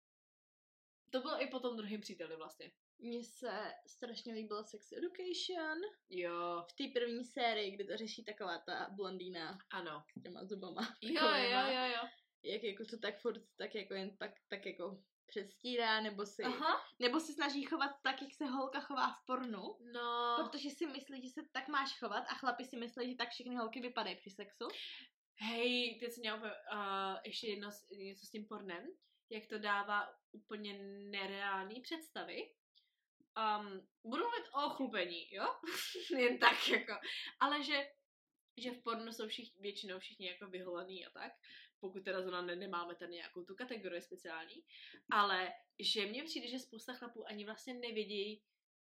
to bylo i po tom druhém příteli vlastně. Mně se strašně líbilo Sex Education. Jo. V té první sérii, kdy to řeší taková ta blondýna. Ano. S těma zubama. Jo, jo, jo, jo. jak jako to tak furt, tak jako jen tak, tak jako předstírá, nebo si, Aha. nebo si snaží chovat tak, jak se holka chová v pornu, No. protože si myslí, že se tak máš chovat a chlapi si myslí, že tak všechny holky vypadají při sexu. Hej, teď jsem měla úplně, uh, ještě jedno, něco s tím pornem, jak to dává úplně nereální představy. Um, budu mluvit o chlupení, jo? Jen tak jako. Ale že, že v pornu jsou všichni, většinou všichni jako vyholený a tak. Pokud teda zrovna ne, nemáme tady nějakou tu kategorii speciální. Ale že mně přijde, že spousta chlapů ani vlastně nevědí,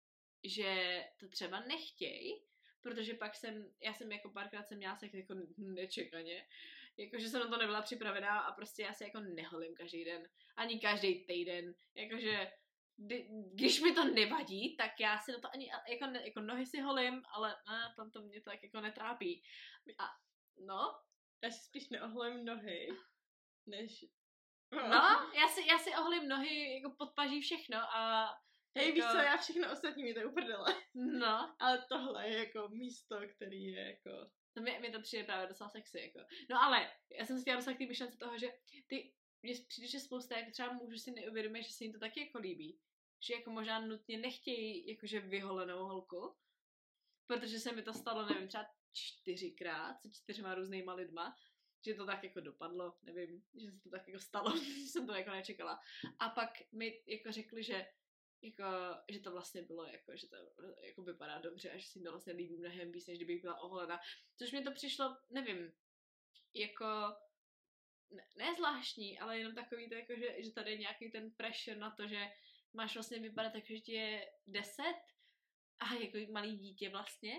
že to třeba nechtějí, protože pak jsem, já jsem jako párkrát jsem měla sex jako nečekaně, jakože jsem na to nebyla připravená a prostě já se jako neholím každý den, ani každý týden, jakože když mi to nevadí, tak já si na to ani, jako, jako nohy si holím, ale ne, tam to mě to tak jako netrápí. A no. Já si spíš neoholím nohy, než... No, já si, já si oholím nohy, jako podpaží všechno a... Hej, jako... víš co, já všechno ostatní mi to uprdele. No. Ale tohle je jako místo, který je jako... To mi, mi to přijde právě docela sexy, jako. No ale, já jsem si chtěla dostat k té myšlence toho, že ty, mně přijde, že spousta, jak třeba mužů si neuvědomí, že se jim to taky jako líbí. Že jako možná nutně nechtějí jakože vyholenou holku, protože se mi to stalo, nevím, třeba čtyřikrát se čtyřma různýma lidma, že to tak jako dopadlo, nevím, že se to tak jako stalo, jsem to jako nečekala. A pak mi jako řekli, že jako, že to vlastně bylo jako, že to jako vypadá dobře a že si to vlastně líbí mnohem víc, než kdybych byla oholena. Což mi to přišlo, nevím, jako ne, ne zvláštní, ale jenom takový to jako, že, že tady je nějaký ten pressure na to, že máš vlastně vypadat tak, že ti je deset a jako malý dítě vlastně.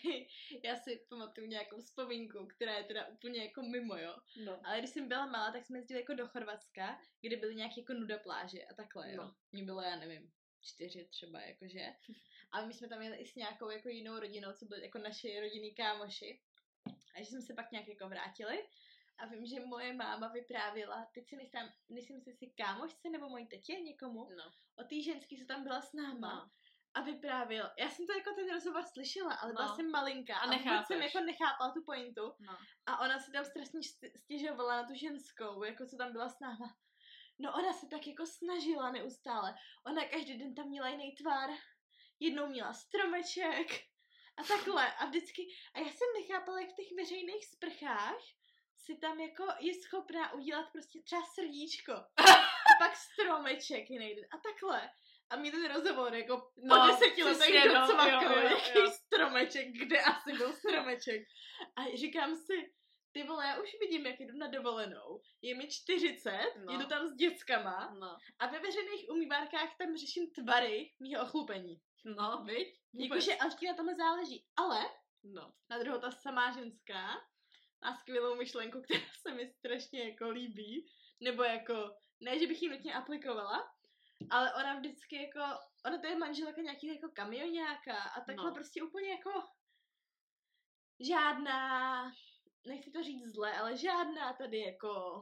Já si pamatuju nějakou vzpomínku, která je teda úplně jako mimo, jo. No. Ale když jsem byla malá, tak jsme jezdili jako do Chorvatska, kde byly nějaké jako nuda pláže a takhle, jo. No. Mně bylo, já nevím, čtyři třeba, jakože. A my jsme tam jeli i s nějakou jako jinou rodinou, co byly jako naši rodinní kámoši. A že jsme se pak nějak jako vrátili. A vím, že moje máma vyprávěla, teď si nejsem, nejsem si si kámošce nebo mojí tetě někomu, No. o té ženský, co tam byla s náma. No. A vyprávěl. Já jsem to jako ten rozhovor slyšela, ale byla no. jsem malinká a, a vůbec jsem jako nechápala tu pointu. No. A ona si tam strašně stěžovala na tu ženskou, jako co tam byla s náma. No ona se tak jako snažila neustále. Ona každý den tam měla jiný tvar. Jednou měla stromeček a takhle. A vždycky, a já jsem nechápala, jak v těch veřejných sprchách si tam jako je schopná udělat prostě třeba srdíčko. A pak stromeček jiný den. A takhle. A mě ten rozhovor jako no, po deseti letech no, docvakl, jaký stromeček, kde asi byl stromeček. A říkám si, ty vole, já už vidím, jak jdu na dovolenou. Je mi čtyřicet, no. Jedu tam s dětskama no. a ve veřejných umývárkách tam řeším tvary mýho ochlupení. No, viď? Jakože až ti na tomhle záleží. Ale no. na druhou ta samá ženská má skvělou myšlenku, která se mi strašně jako líbí. Nebo jako, ne, že bych ji nutně aplikovala, ale ona vždycky jako, ona to je manželka nějaký jako kamioňáka a takhle no. Prostě úplně jako žádná, nechci to říct zle, ale žádná tady jako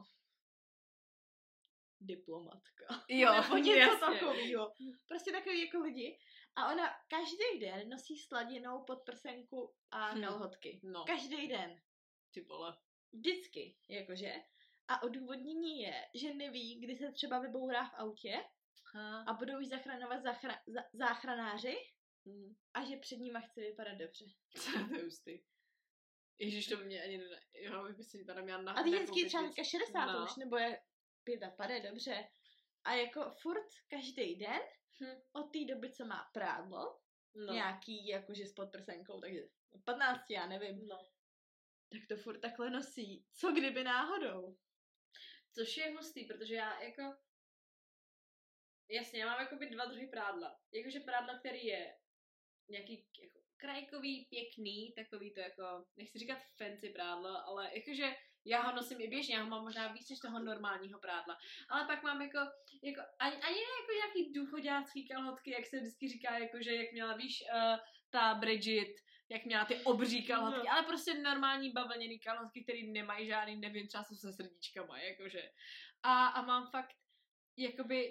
diplomatka. Jo, nebo něco jasně. takovýho. Prostě takový jako lidi. A ona každý den nosí sladinou podprsenku a hm. kalhotky. No. Každý den. Ty vole. Vždycky, jakože. A odůvodnění je, že neví, kdy se třeba vybourá v autě ha. a budou jí zachraňovat zachra- za- záchranáři hm. a že před nima chce vypadat dobře. To je hustý. Ježiš, to mě ani ne... Jo, bych si tady měla na... A ty ženský třeba teďka šedesát no. už, nebo je pětapadesát, dobře. A jako furt každý den hm. od té doby, co má prádlo, no. nějaký jakože s podprsenkou, takže patnáct, já nevím. No. Tak to furt takhle nosí. Co kdyby náhodou? Což je hustý, protože já jako... Jasně, já mám jakoby dva druhy prádla. Jakože prádlo, který je nějaký jako krajkový, pěkný, takový to jako, nechci říkat fancy prádlo, ale jakože já ho nosím i běžně, já ho mám možná víc než toho normálního prádla. Ale pak mám jako, jako ani, ani ne jako nějaký důchodácký kalhotky, jak se vždycky říká, jakože jak měla, víš, uh, ta Bridget, jak měla ty obří kalhotky, no. Ale prostě normální bavlněný kalhotky, které nemají žádný, nevím, třeba jsou se srdíčkama, jakože. A, a mám fakt, jakoby,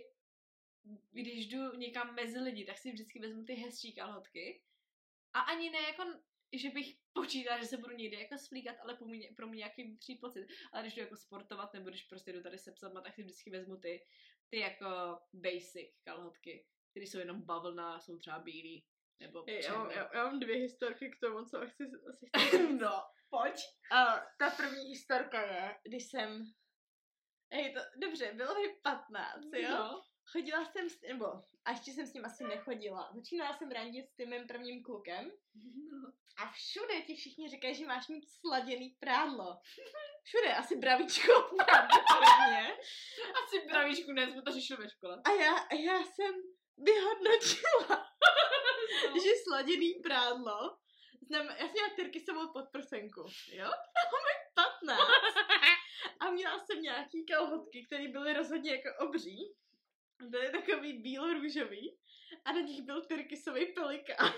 když jdu někam mezi lidi, tak si vždycky vezmu ty hezčí kalhotky. A ani ne jako, že bych počítala, že se budu někdy jako svlíkat, ale pro mě, pro mě nějaký vnitřní pocit. Ale když jdu jako sportovat, nebo když prostě jdu tady se psama, tak si vždycky vezmu ty, ty jako basic kalhotky, které jsou jenom bavlna, jsou třeba bílý. Nebo já, já, já mám dvě historky k tomu, co chci asi chci. No, pojď. Uh, ta první historka je, když jsem, hej, to, dobře, bylo mi patnáct, jo? No. Chodila jsem s, nebo, a ještě jsem s ním asi nechodila. Začínala jsem randit s tím mým prvním klukem. No. A všude ti všichni říkají, že máš mít sladěný prádlo. Všude, asi bravíčko, pravděpodobně. Asi bravíčku, ne, jsme to řešili ve škole. A já, a já jsem vyhodnotila, no. že sladěný prádlo, znam, já jsem měla tyrkysovou podprsenku, jo? To mi patnáct. A měla jsem nějaký kalhotky, které byly rozhodně jako obří. Byly takový bílo-růžový a na nich byl tyrkysový pelikán.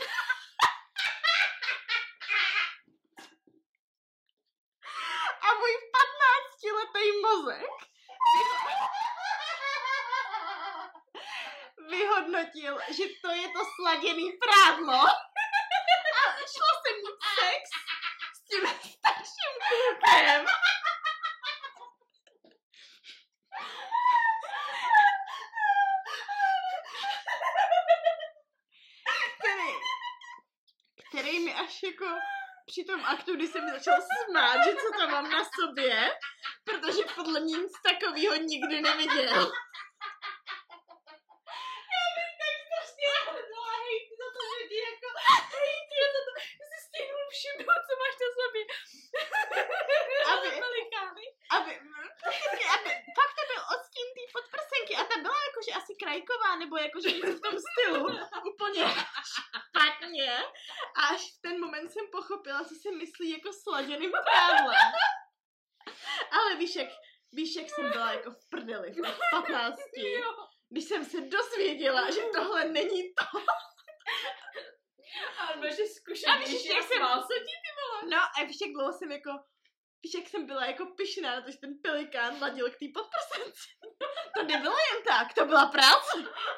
A můj patnáctiletý mozek vyhodnotil, že to je to sladěný prádlo a šla jsem mít sex s tím starším klukem. Který, který mi až jako při tom aktu, kdy se mi začal smát, že co tam mám na sobě, protože podle mě nic takového nikdy neviděl. Já bych tak strašně dala hejty za to, že ti jako hejty za to, že jsi stihnul všimnout, co máš na sobě. Aby, aby, aby, fakt to byl odstín té podprsenky a ta byla jakože asi krajková, nebo jakože něco v tom stylu, úplně špatně. A až v ten moment jsem pochopila, co se myslí jako sladěným prádlem. Ale víš, jak, víš, jak jsem byla jako v prdeli v patnácti, když jsem se dozvěděla, že tohle není to. Ale máš zkušenější a smál se ti, ty vole. No a víš, jak dlouho jsem jako, víš, jak jsem byla jako pyšná na to, že ten pelikán ladil k té podprsenci. To nebylo jen tak, to byla práce.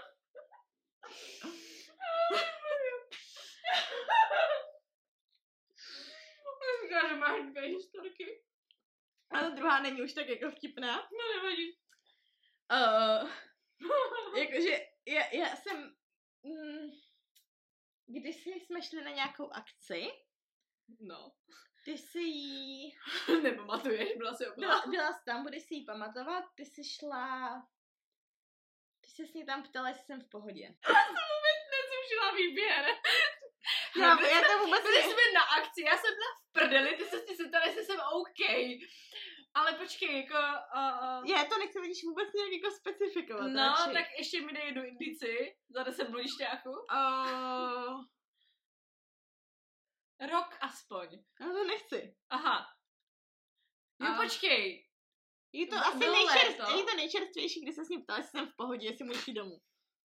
Říká, že máš dvě historky. A ta druhá není už tak jako vtipná. No nevadí. Uh, jakože já, já jsem, mm, kdysi jsme šli na nějakou akci. No. Ty si jí... Nepamatuješ, byla jsi opět. Byla, byla jsi tam, budeš si jí pamatovat, ty jsi šla... Ty jsi s ní tam ptala, jestli jsem v pohodě. Já jsem vůbec nezúžila výběr. Já, já to vůbec byli jsme na akci, já jsem byla v prdeli, ty se si ptala, jestli jsem OK. Ale počkej, jako... Uh, já to nechci vidíš vůbec nějak jako specifikovat. No, radši. tak ještě mi dej jednu indici za deset bludišťáků. Uh... Rok aspoň. Já to nechci. Aha. Jo, uh. počkej. Je to asi nejčerstvější, je to nejčerstvější, kdy se s ním ptala, jestli jsem v pohodě, jestli můžu jít domů.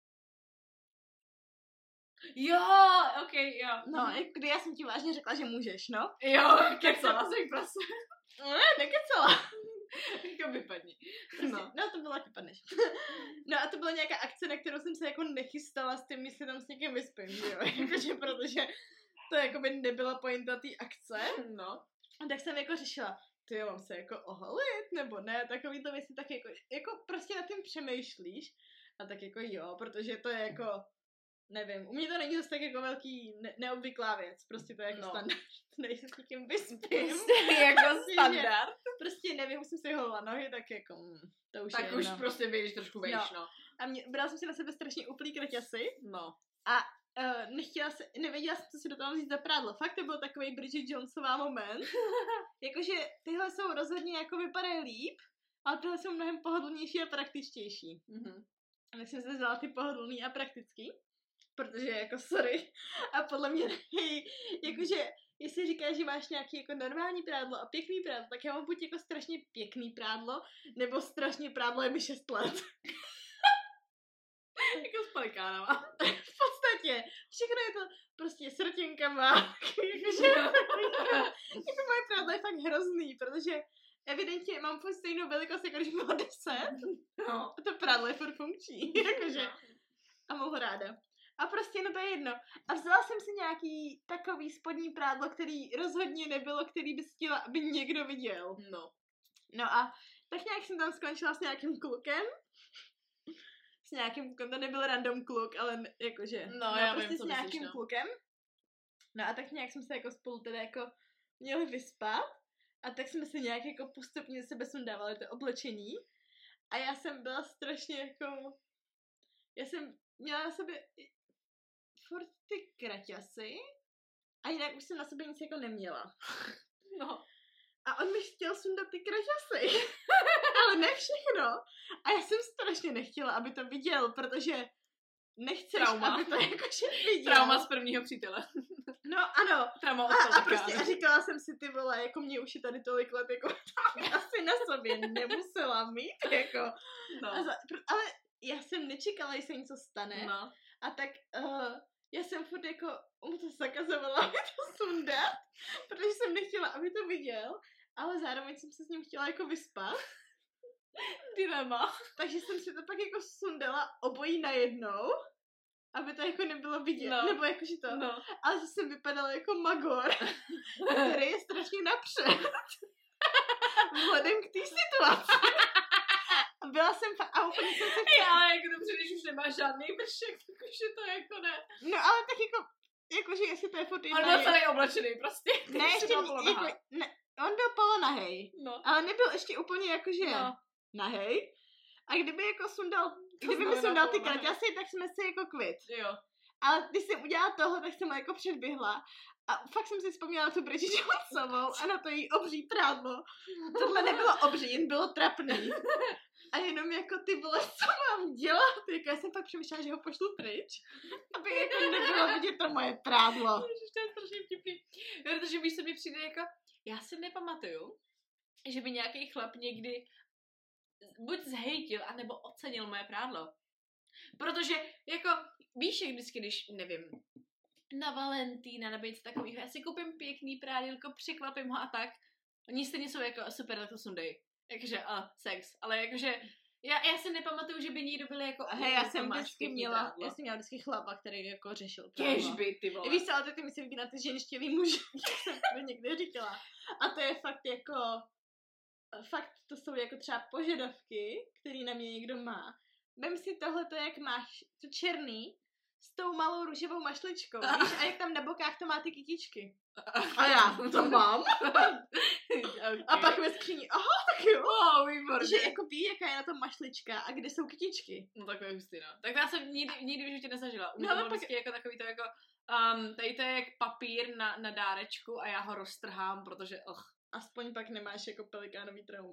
Jo, ok, jo. No, kdy já jsem ti vážně řekla, že můžeš, no? Jo, kecala jsem prostě. Ne, nekecala. Jako vypadni. Prostě, no. no, to bylo taky padneš. No a to byla nějaká akce, na kterou jsem se jako nechystala s tím, jestli tam s někým vyspím, jo? Jakože, protože to jako by nebyla pointa té akce. No. A tak jsem jako řešila, ty jo, mám se jako oholit, nebo ne, takovýto věci, tak jako, jako prostě nad tím přemýšlíš. A tak jako jo, protože to je jako, nevím, u mě to není zase tak jako velký ne- neobvyklá věc, prostě to je jako no. standard, než se s někým vyspím. Prostě jako standard. Prostě nevím, musím si holila nohy, tak jako, mm, to už tak je. Tak už no. prostě běžíš trošku vejš, no. no. A mě, brala jsem si na sebe strašně uplý kraťasy. No. A uh, nechtěla se, nevěděla jsem, co si do toho vzít za prádlo. Fakt to byl takový Bridget Jonesová moment. Jakože tyhle jsou rozhodně jako vypadají líp, ale tyhle jsou mnohem pohodlnější a praktičtější. Mm-hmm. A tak jsem se vzala ty pohodlný a praktický. Protože jako sorry. A podle mě jakože jestli říkáš, že máš nějaký jako normální prádlo a pěkný prádlo, tak já mám buď jako strašně pěkný prádlo, nebo strašně prádlo je mi šest let. Jako s pelikánama. V podstatě. Všechno je to prostě s rtěnkama. Jakože jako moje prádlo je fakt hrozný, protože evidentně mám furt stejnou velikost, jako když mám deset. No. A to prádlo je furt funkční. Jakože. A mám ho ráda. A prostě no to je jedno. A vzala jsem si nějaký takový spodní prádlo, který rozhodně nebylo, který bys chtěla, aby někdo viděl. No. No a tak nějak jsem tam skončila s nějakým klukem. S nějakým klukem, to nebyl random kluk, ale jakože. No, no já prostě vím, s co nějakým myslíš, no. klukem. No a tak nějak jsme se jako spolu teda jako měli vyspat. A tak jsme se nějak jako postupně sebe sundávali to oblečení. A já jsem byla strašně jako... Já jsem měla na sobě furt ty kraťasy a jinak už jsem na sobě nic jako neměla. No. A on mi chtěl sundat ty kraťasy. Ale ne všechno. A já jsem strašně nechtěla, aby to viděl, protože nechceš, Trauma. aby to jakože viděl. Trauma z prvního přítele. No ano. Trauma od A, a tolika. prostě a říkala jsem si, ty vole, jako mě už je tady tolik let, jako asi na sobě nemusela mít, jako. No. A za, ale já jsem nečekala, že se něco stane. No. A tak uh, já jsem furt jako mu to zakazovala, aby to sundat, protože jsem nechtěla, aby to viděl, ale zároveň jsem se s ním chtěla jako vyspat. Dilema. Takže jsem si to pak jako sundala obojí najednou, aby to jako nebylo vidět, No. nebo jakože to. No. Ale že jsem vypadala jako magor, který je strašně napřed. Vzhledem k té situaci. A byla jsem fa- a úplně jsem se Hej, ale jako dobře, když už nemáš žádný vršek, tak už je to jako ne. No ale tak jako, jakože jestli to je furt jedna... On byl celý oblečený prostě. Ne, ještě bylo jako, ne, on byl polonahej, No. ale nebyl ještě úplně jakože No. nahej. A kdyby jako sundal, To kdyby mi znamená sundal ty polonahej. kraťasy, tak jsme si jako kvit. Jo. Ale když jsem udělala toho, tak jsem ho jako předběhla. A fakt jsem si vzpomněla na tu Bridget Jonesovou a na to její obří prádlo. Tohle nebylo obří, jen bylo trapný. A jenom jako ty vole, co mám dělat? Jako já jsem pak přemýšlela, že ho pošlu pryč, aby jako nebylo vidět to moje prádlo. Ježiš, to je strašně vtipný. Protože víš, co mi přijde jako, já si nepamatuju, že by nějaký chlap někdy buď zhejtil, anebo ocenil moje prádlo. Protože, jako, víš, jak vždycky, když, nevím, na Valentína nebo něco takového, já si koupím pěkný prádílko, překvapím ho a tak, oni stejně jsou jako super, tak to sundej. Jakože, a sex, ale jakože, já, já si nepamatuju, že by někdo byl jako, Hej, já jsem máš vždycky pěkný měla, prádlo. já jsem měla vždycky chlapa, který jako řešil prádlo. Kežby, ty vole. Víš co, ale to ty myslím na ty ženštěvý muži, jak jsem to někde říkala. A to je fakt jako, fakt to jsou jako třeba požadavky, který na mě někdo má. Vem si tohleto, jak máš to černý, s tou malou růžovou mašličkou, víš, a jak tam na bokách to má ty kytičky. A já to mám. Okay. A pak ve skříni, aha, tak jo. Oh, výborně. Že jako ví, jaká je na tom mašlička a kde jsou kytičky. No takové hustý, no. Tak já jsem nikdy, nikdy v životě nezažila. U mě No, to ale bylo pak- vždycky jako takový to jako, um, tady to je jak papír na, na dárečku a já ho roztrhám, protože, och, Aspoň pak nemáš jako pelikánový trauma.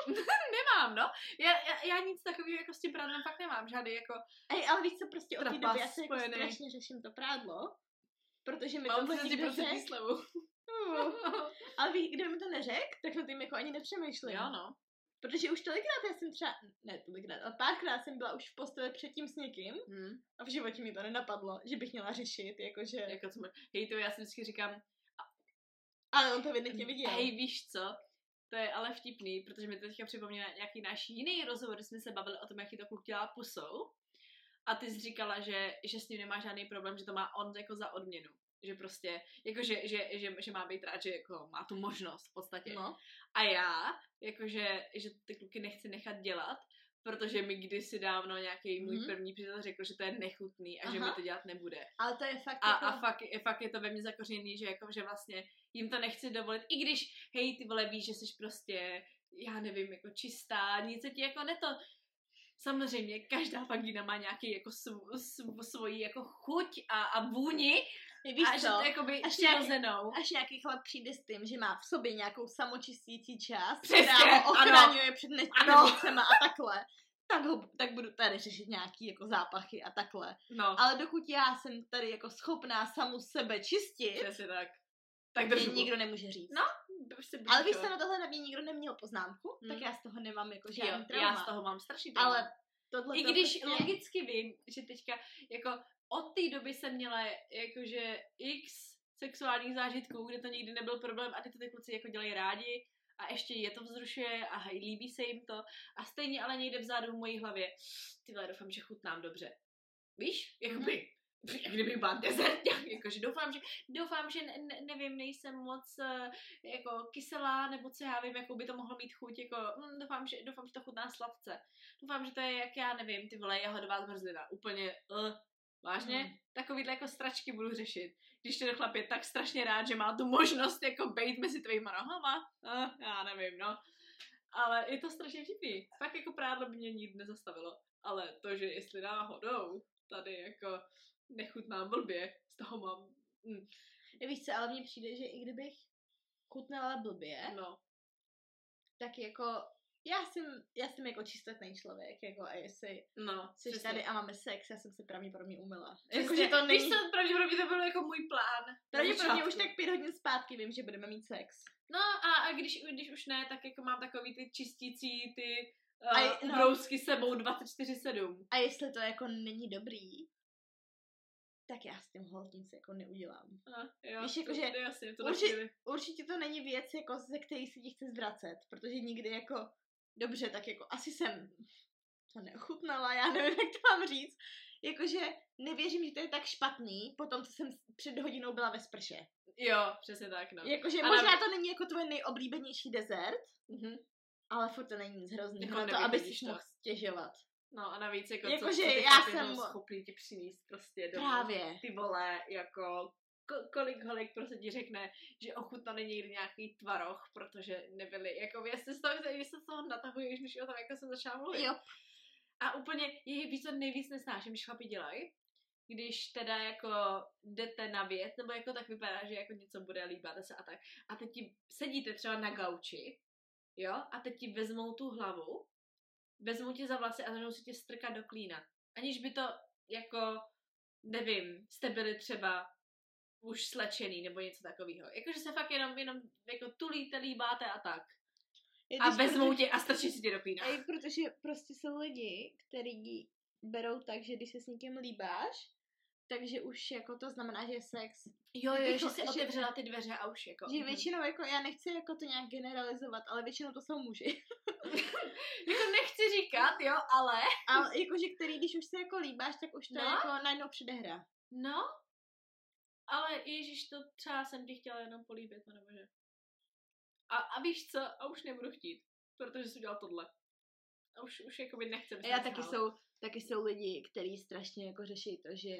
nemám, no. Já, já, já nic takového jako s tím prádlem fakt nemám, žádný jako, Ej, ale víš co, prostě od té Trapas doby já se jako spojený. strašně řeším to prádlo, protože mi mám tohle třicet někdo procent řekl. slevu. Uh, ale víš, kdo mi to neřekl, tak na tím jako ani nepřemýšlím. Jo, no. Protože už tolikrát já jsem třeba, ne tolikrát, ale párkrát jsem byla už v posteli předtím s někým Hm. a v životě mi to nenapadlo, že bych měla řešit, jakože... Jako co, hej, to já si vždycky říkám, Ale on to evidentně viděl. hej, víš co, to je ale vtipný, protože mi to teďka připomněla nějaký náš jiný rozhovor, kdy jsme se bavili o tom, jaký to kluk dělá pusou. A ty jsi říkala, že, že s ním nemá žádný problém, že to má on jako za odměnu. Že prostě, jako že, že, že, že má být rád, že jako má tu možnost v podstatě. No. A já, jakože, že ty kluky nechci nechat dělat, protože mi kdysi dávno nějaký můj Mhm. první přítel řekl, že to je nechutný a že Aha. mi to dělat nebude. Ale to je fakt A, jako... a fakt, fakt je to ve mně zakořeněný, že jako, že vlastně jim to nechci dovolit, i když, hej, ty vole, víš, že jsi prostě, já nevím, jako čistá, nic se ti jako neto... Samozřejmě, každá vagína má nějaký jako sv, sv, svoji jako chuť a, a vůni Víš a co? že to jakoby Až nějaký- přirozenou. Až nějaký chlap přijde s tím, že má v sobě nějakou samočistící část, Přesně, která ho ano. ochraňuje před Ano. nečistotama a takhle, tak, ho, tak budu tady řešit nějaký jako zápachy a takhle. No, Ale dokud já jsem tady jako schopná samu sebe čistit, přesně tak. Tak mě držu. nikdo nemůže říct. No, prostě Ale blížko. víš se, na tohle na mě nikdo neměl poznámku, Hmm. tak já z toho nemám jako Jo, žádný trauma. já z toho mám strašný trauma. Ale tohle I to když prostě... logicky vím, že teďka, jako od té doby jsem měla jakože x sexuálních zážitků, kde to nikdy nebyl problém a ty to ty kluci jako dělají rádi a ještě je to vzrušuje a hej, líbí se jim to a stejně ale někde vzadu v mojí hlavě, ty vole, doufám, že chutnám dobře. Víš? Jakoby, jak kdybych byla dezertňák, jakože doufám, že, doufám, že ne, ne, nevím, nejsem moc uh, jako kyselá, nebo co já vím, jakou by to mohlo mít chuť, jako, hm, doufám, že, doufám, že to chutná sladce. Doufám, že to je, jak já nevím, ty vole, jahodová zmrzlina, úplně, uh, vážně, hmm. takovýhle jako stračky budu řešit. Když ten chlap je tak strašně rád, že má tu možnost jako bejt mezi tvýma nohama, uh, já nevím, no. Ale je to strašně vtipný. Fakt jako prádlo by mě nikdy nezastavilo. Ale to, že jestli náhodou tady jako nechutnám blbě, z toho mám... Mm. Víš co, ale mně přijde, že i kdybych chutnala blbě, no. tak jako já jsem, já jsem jako čistotný člověk, jako a jestli no, jsi přesně. tady a máme sex, já jsem se pravděpodobně umyla. Jako, že to není... Víš co, pravděpodobně to byl jako můj plán. Pravděpodobně už tak pět hodin zpátky vím, že budeme mít sex. No a, a když, když už ne, tak jako mám takový ty čistící, ty uh, a, no. ubrousky sebou dvacet čtyři sedm. A jestli to jako není dobrý, tak já s tím holt nic jako neudělám. A, jo, víš, jako, to, že jasně, to určitě, určitě to není věc, jako, ze který si ti chce zvracet, protože nikdy jako, dobře, tak jako asi jsem to neochutnala, já nevím, jak to mám říct, jakože nevěřím, že to je tak špatný, po tom, co jsem před hodinou byla ve sprše. Jo, přesně tak, no. Jakože možná na... to není jako tvoje nejoblíbenější dezert, mm-hmm. ale furt to není nic hroznýho jako na to, aby si mohl stěžovat. No a navíc jako, jako co, že co ty já jsem jsem schopný ti přinést prostě domů. Právě. Ty vole, jako ko- kolik holik prostě ti řekne, že ochutnali někdy nějaký tvaroh, protože nebyli, jako jestli z toho, jestli z toho natahuješ, když o tom jako jsem začala mluvit. Jo. A úplně, je víc, co nejvíc nesnáším, když chlapi dělají, když teda jako jdete na věc, nebo jako tak vypadá, že jako něco bude, líbáte se a tak. A teď ti sedíte třeba na gauči, jo, a teď ti vezmou tu hlavu, vezmou tě za vlasy a začnou si tě strkat do klína. Aniž by to jako, nevím, jste byli třeba už slečený nebo něco takového. Jakože se fakt jenom, jenom jako tulíte, líbáte a tak. Je, a vezmou protože, tě a strčí si tě do klína. Ej, protože prostě jsou lidi, kteří berou tak, že když se s někým líbáš, takže už jako to znamená, že je sex. Jo, jo, jako, že si otevřela ty dveře a už jako. Že většinou jako, já nechci jako to nějak generalizovat, ale většinou to jsou muži. Jako nechci říkat, jo, ale. Ale jakože který, když už se jako líbáš, tak už to no? je jako najednou předehra. No, ale ježiš, to třeba jsem ti chtěla jenom políbit, nebo že. A, a víš co, a už nebudu chtít, protože jsi udělal tohle. A už, už jakoby nechcem. Já taky jsou, taky jsou lidi, kteří strašně jako řeší to, že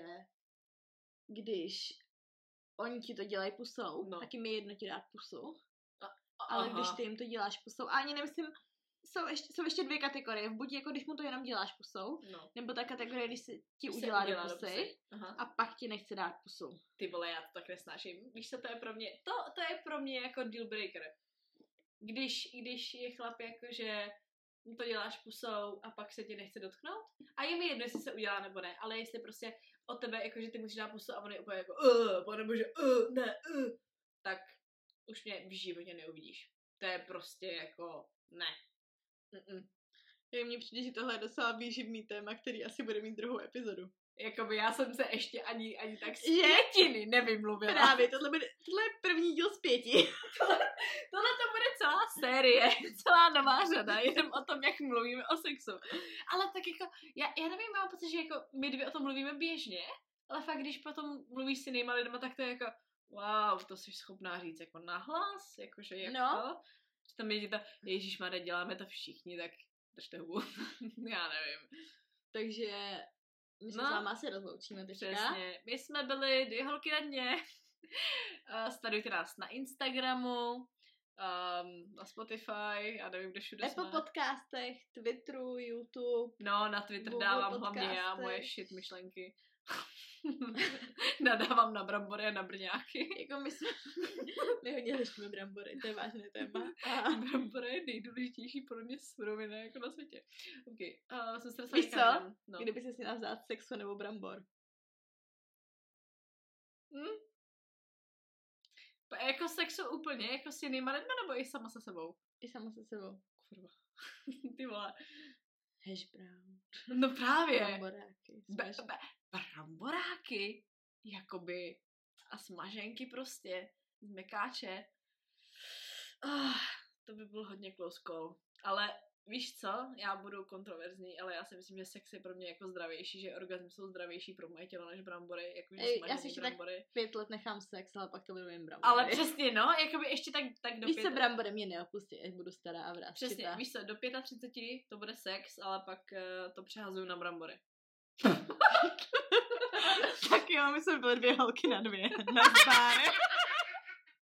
když oni ti to dělají pusou, no. taky mi jedno ti dát pusu, a, a, ale aha. když ty jim to děláš pusou, a ani nemyslím, jsou ještě, jsou ještě dvě kategorie, buď jako když mu to jenom děláš pusou, no. nebo ta kategorie, když si ti udělá, udělá do pusy, do pusy. A pak ti nechce dát pusu. Ty vole, já to tak nesnáším. Víš co, to je pro mě, to, to je pro mě jako deal breaker. Když, když je chlap jakože to děláš pusou a pak se tě nechce dotknout. A je mi jedno, jestli se udělá nebo ne, ale jestli prostě od tebe, jakože ty musíš dát pusu a on je úplně jako uh, panebože, uh, ne, uh, tak už mě v životě neuvidíš. To je prostě jako ne. Mm-mm. Mně přijde, že tohle je docela výživný téma, který asi bude mít druhou epizodu. Jakoby já jsem se ještě ani, ani tak z pětiny nevymluvila. Právě, tohle, bude, tohle je první díl z pěti. tohle, tohle to bude celá série, celá nová řada, jenom o tom, jak mluvíme o sexu. Ale tak jako, já, já nevím, mám pocit, že jako my dvě o tom mluvíme běžně, ale fakt, když potom mluvíš s jinýma lidma, tak to je jako, wow, to jsi schopná říct jako nahlas, jakože jak no. to. Že tam je to, ježišmarja, děláme to všichni, tak držte hubu. Já nevím. Takže my se no, s váma asi rozloučíme teďka. Přesně. My jsme byli dvě holky na dně. uh, sledujte nás na Instagramu, um, na Spotify, já nevím, kde všude Apple jsme. podcastech, Twitteru, YouTube. No, na Twitter Google dávám podcastech. hlavně já moje shit myšlenky. Nadávám na brambory a na brňáky. Jako my jsme... my hodně řešíme brambory, to je vážné téma. A... Brambory je nejdůležitější pro mě surovina jako na světě. Okay. Uh, jsem se Víš co? No. Kdyby se měla vzát sexo nebo brambor? Hm? Jako sexo úplně, jako s jinýma lidma, nebo i sama se sebou? I sama se sebou. Kurva. Ty vole. Hash brown. No právě. Bramboráky. Be, be, bramboráky. Jakoby. A smaženky prostě. Z mekáče. Oh, to by byl hodně close call. Ale víš co, já budu kontroverzní, ale já si myslím, že sex je pro mě jako zdravější, že orgasmy jsou zdravější pro moje tělo než brambory, jakože Ej, já smažený si ještě brambory. tak pět let nechám sex, ale pak to budu jen brambory. Ale přesně, no, jakoby ještě tak, tak do Víš pět... se, brambory mě neopustí, až budu stará a vrásčitá. Přesně, víš co, do třiceti pěti to bude sex, ale pak uh, to přehazuju na brambory. Tak jo, my jsme byli dvě holky na dvě. Nazdár.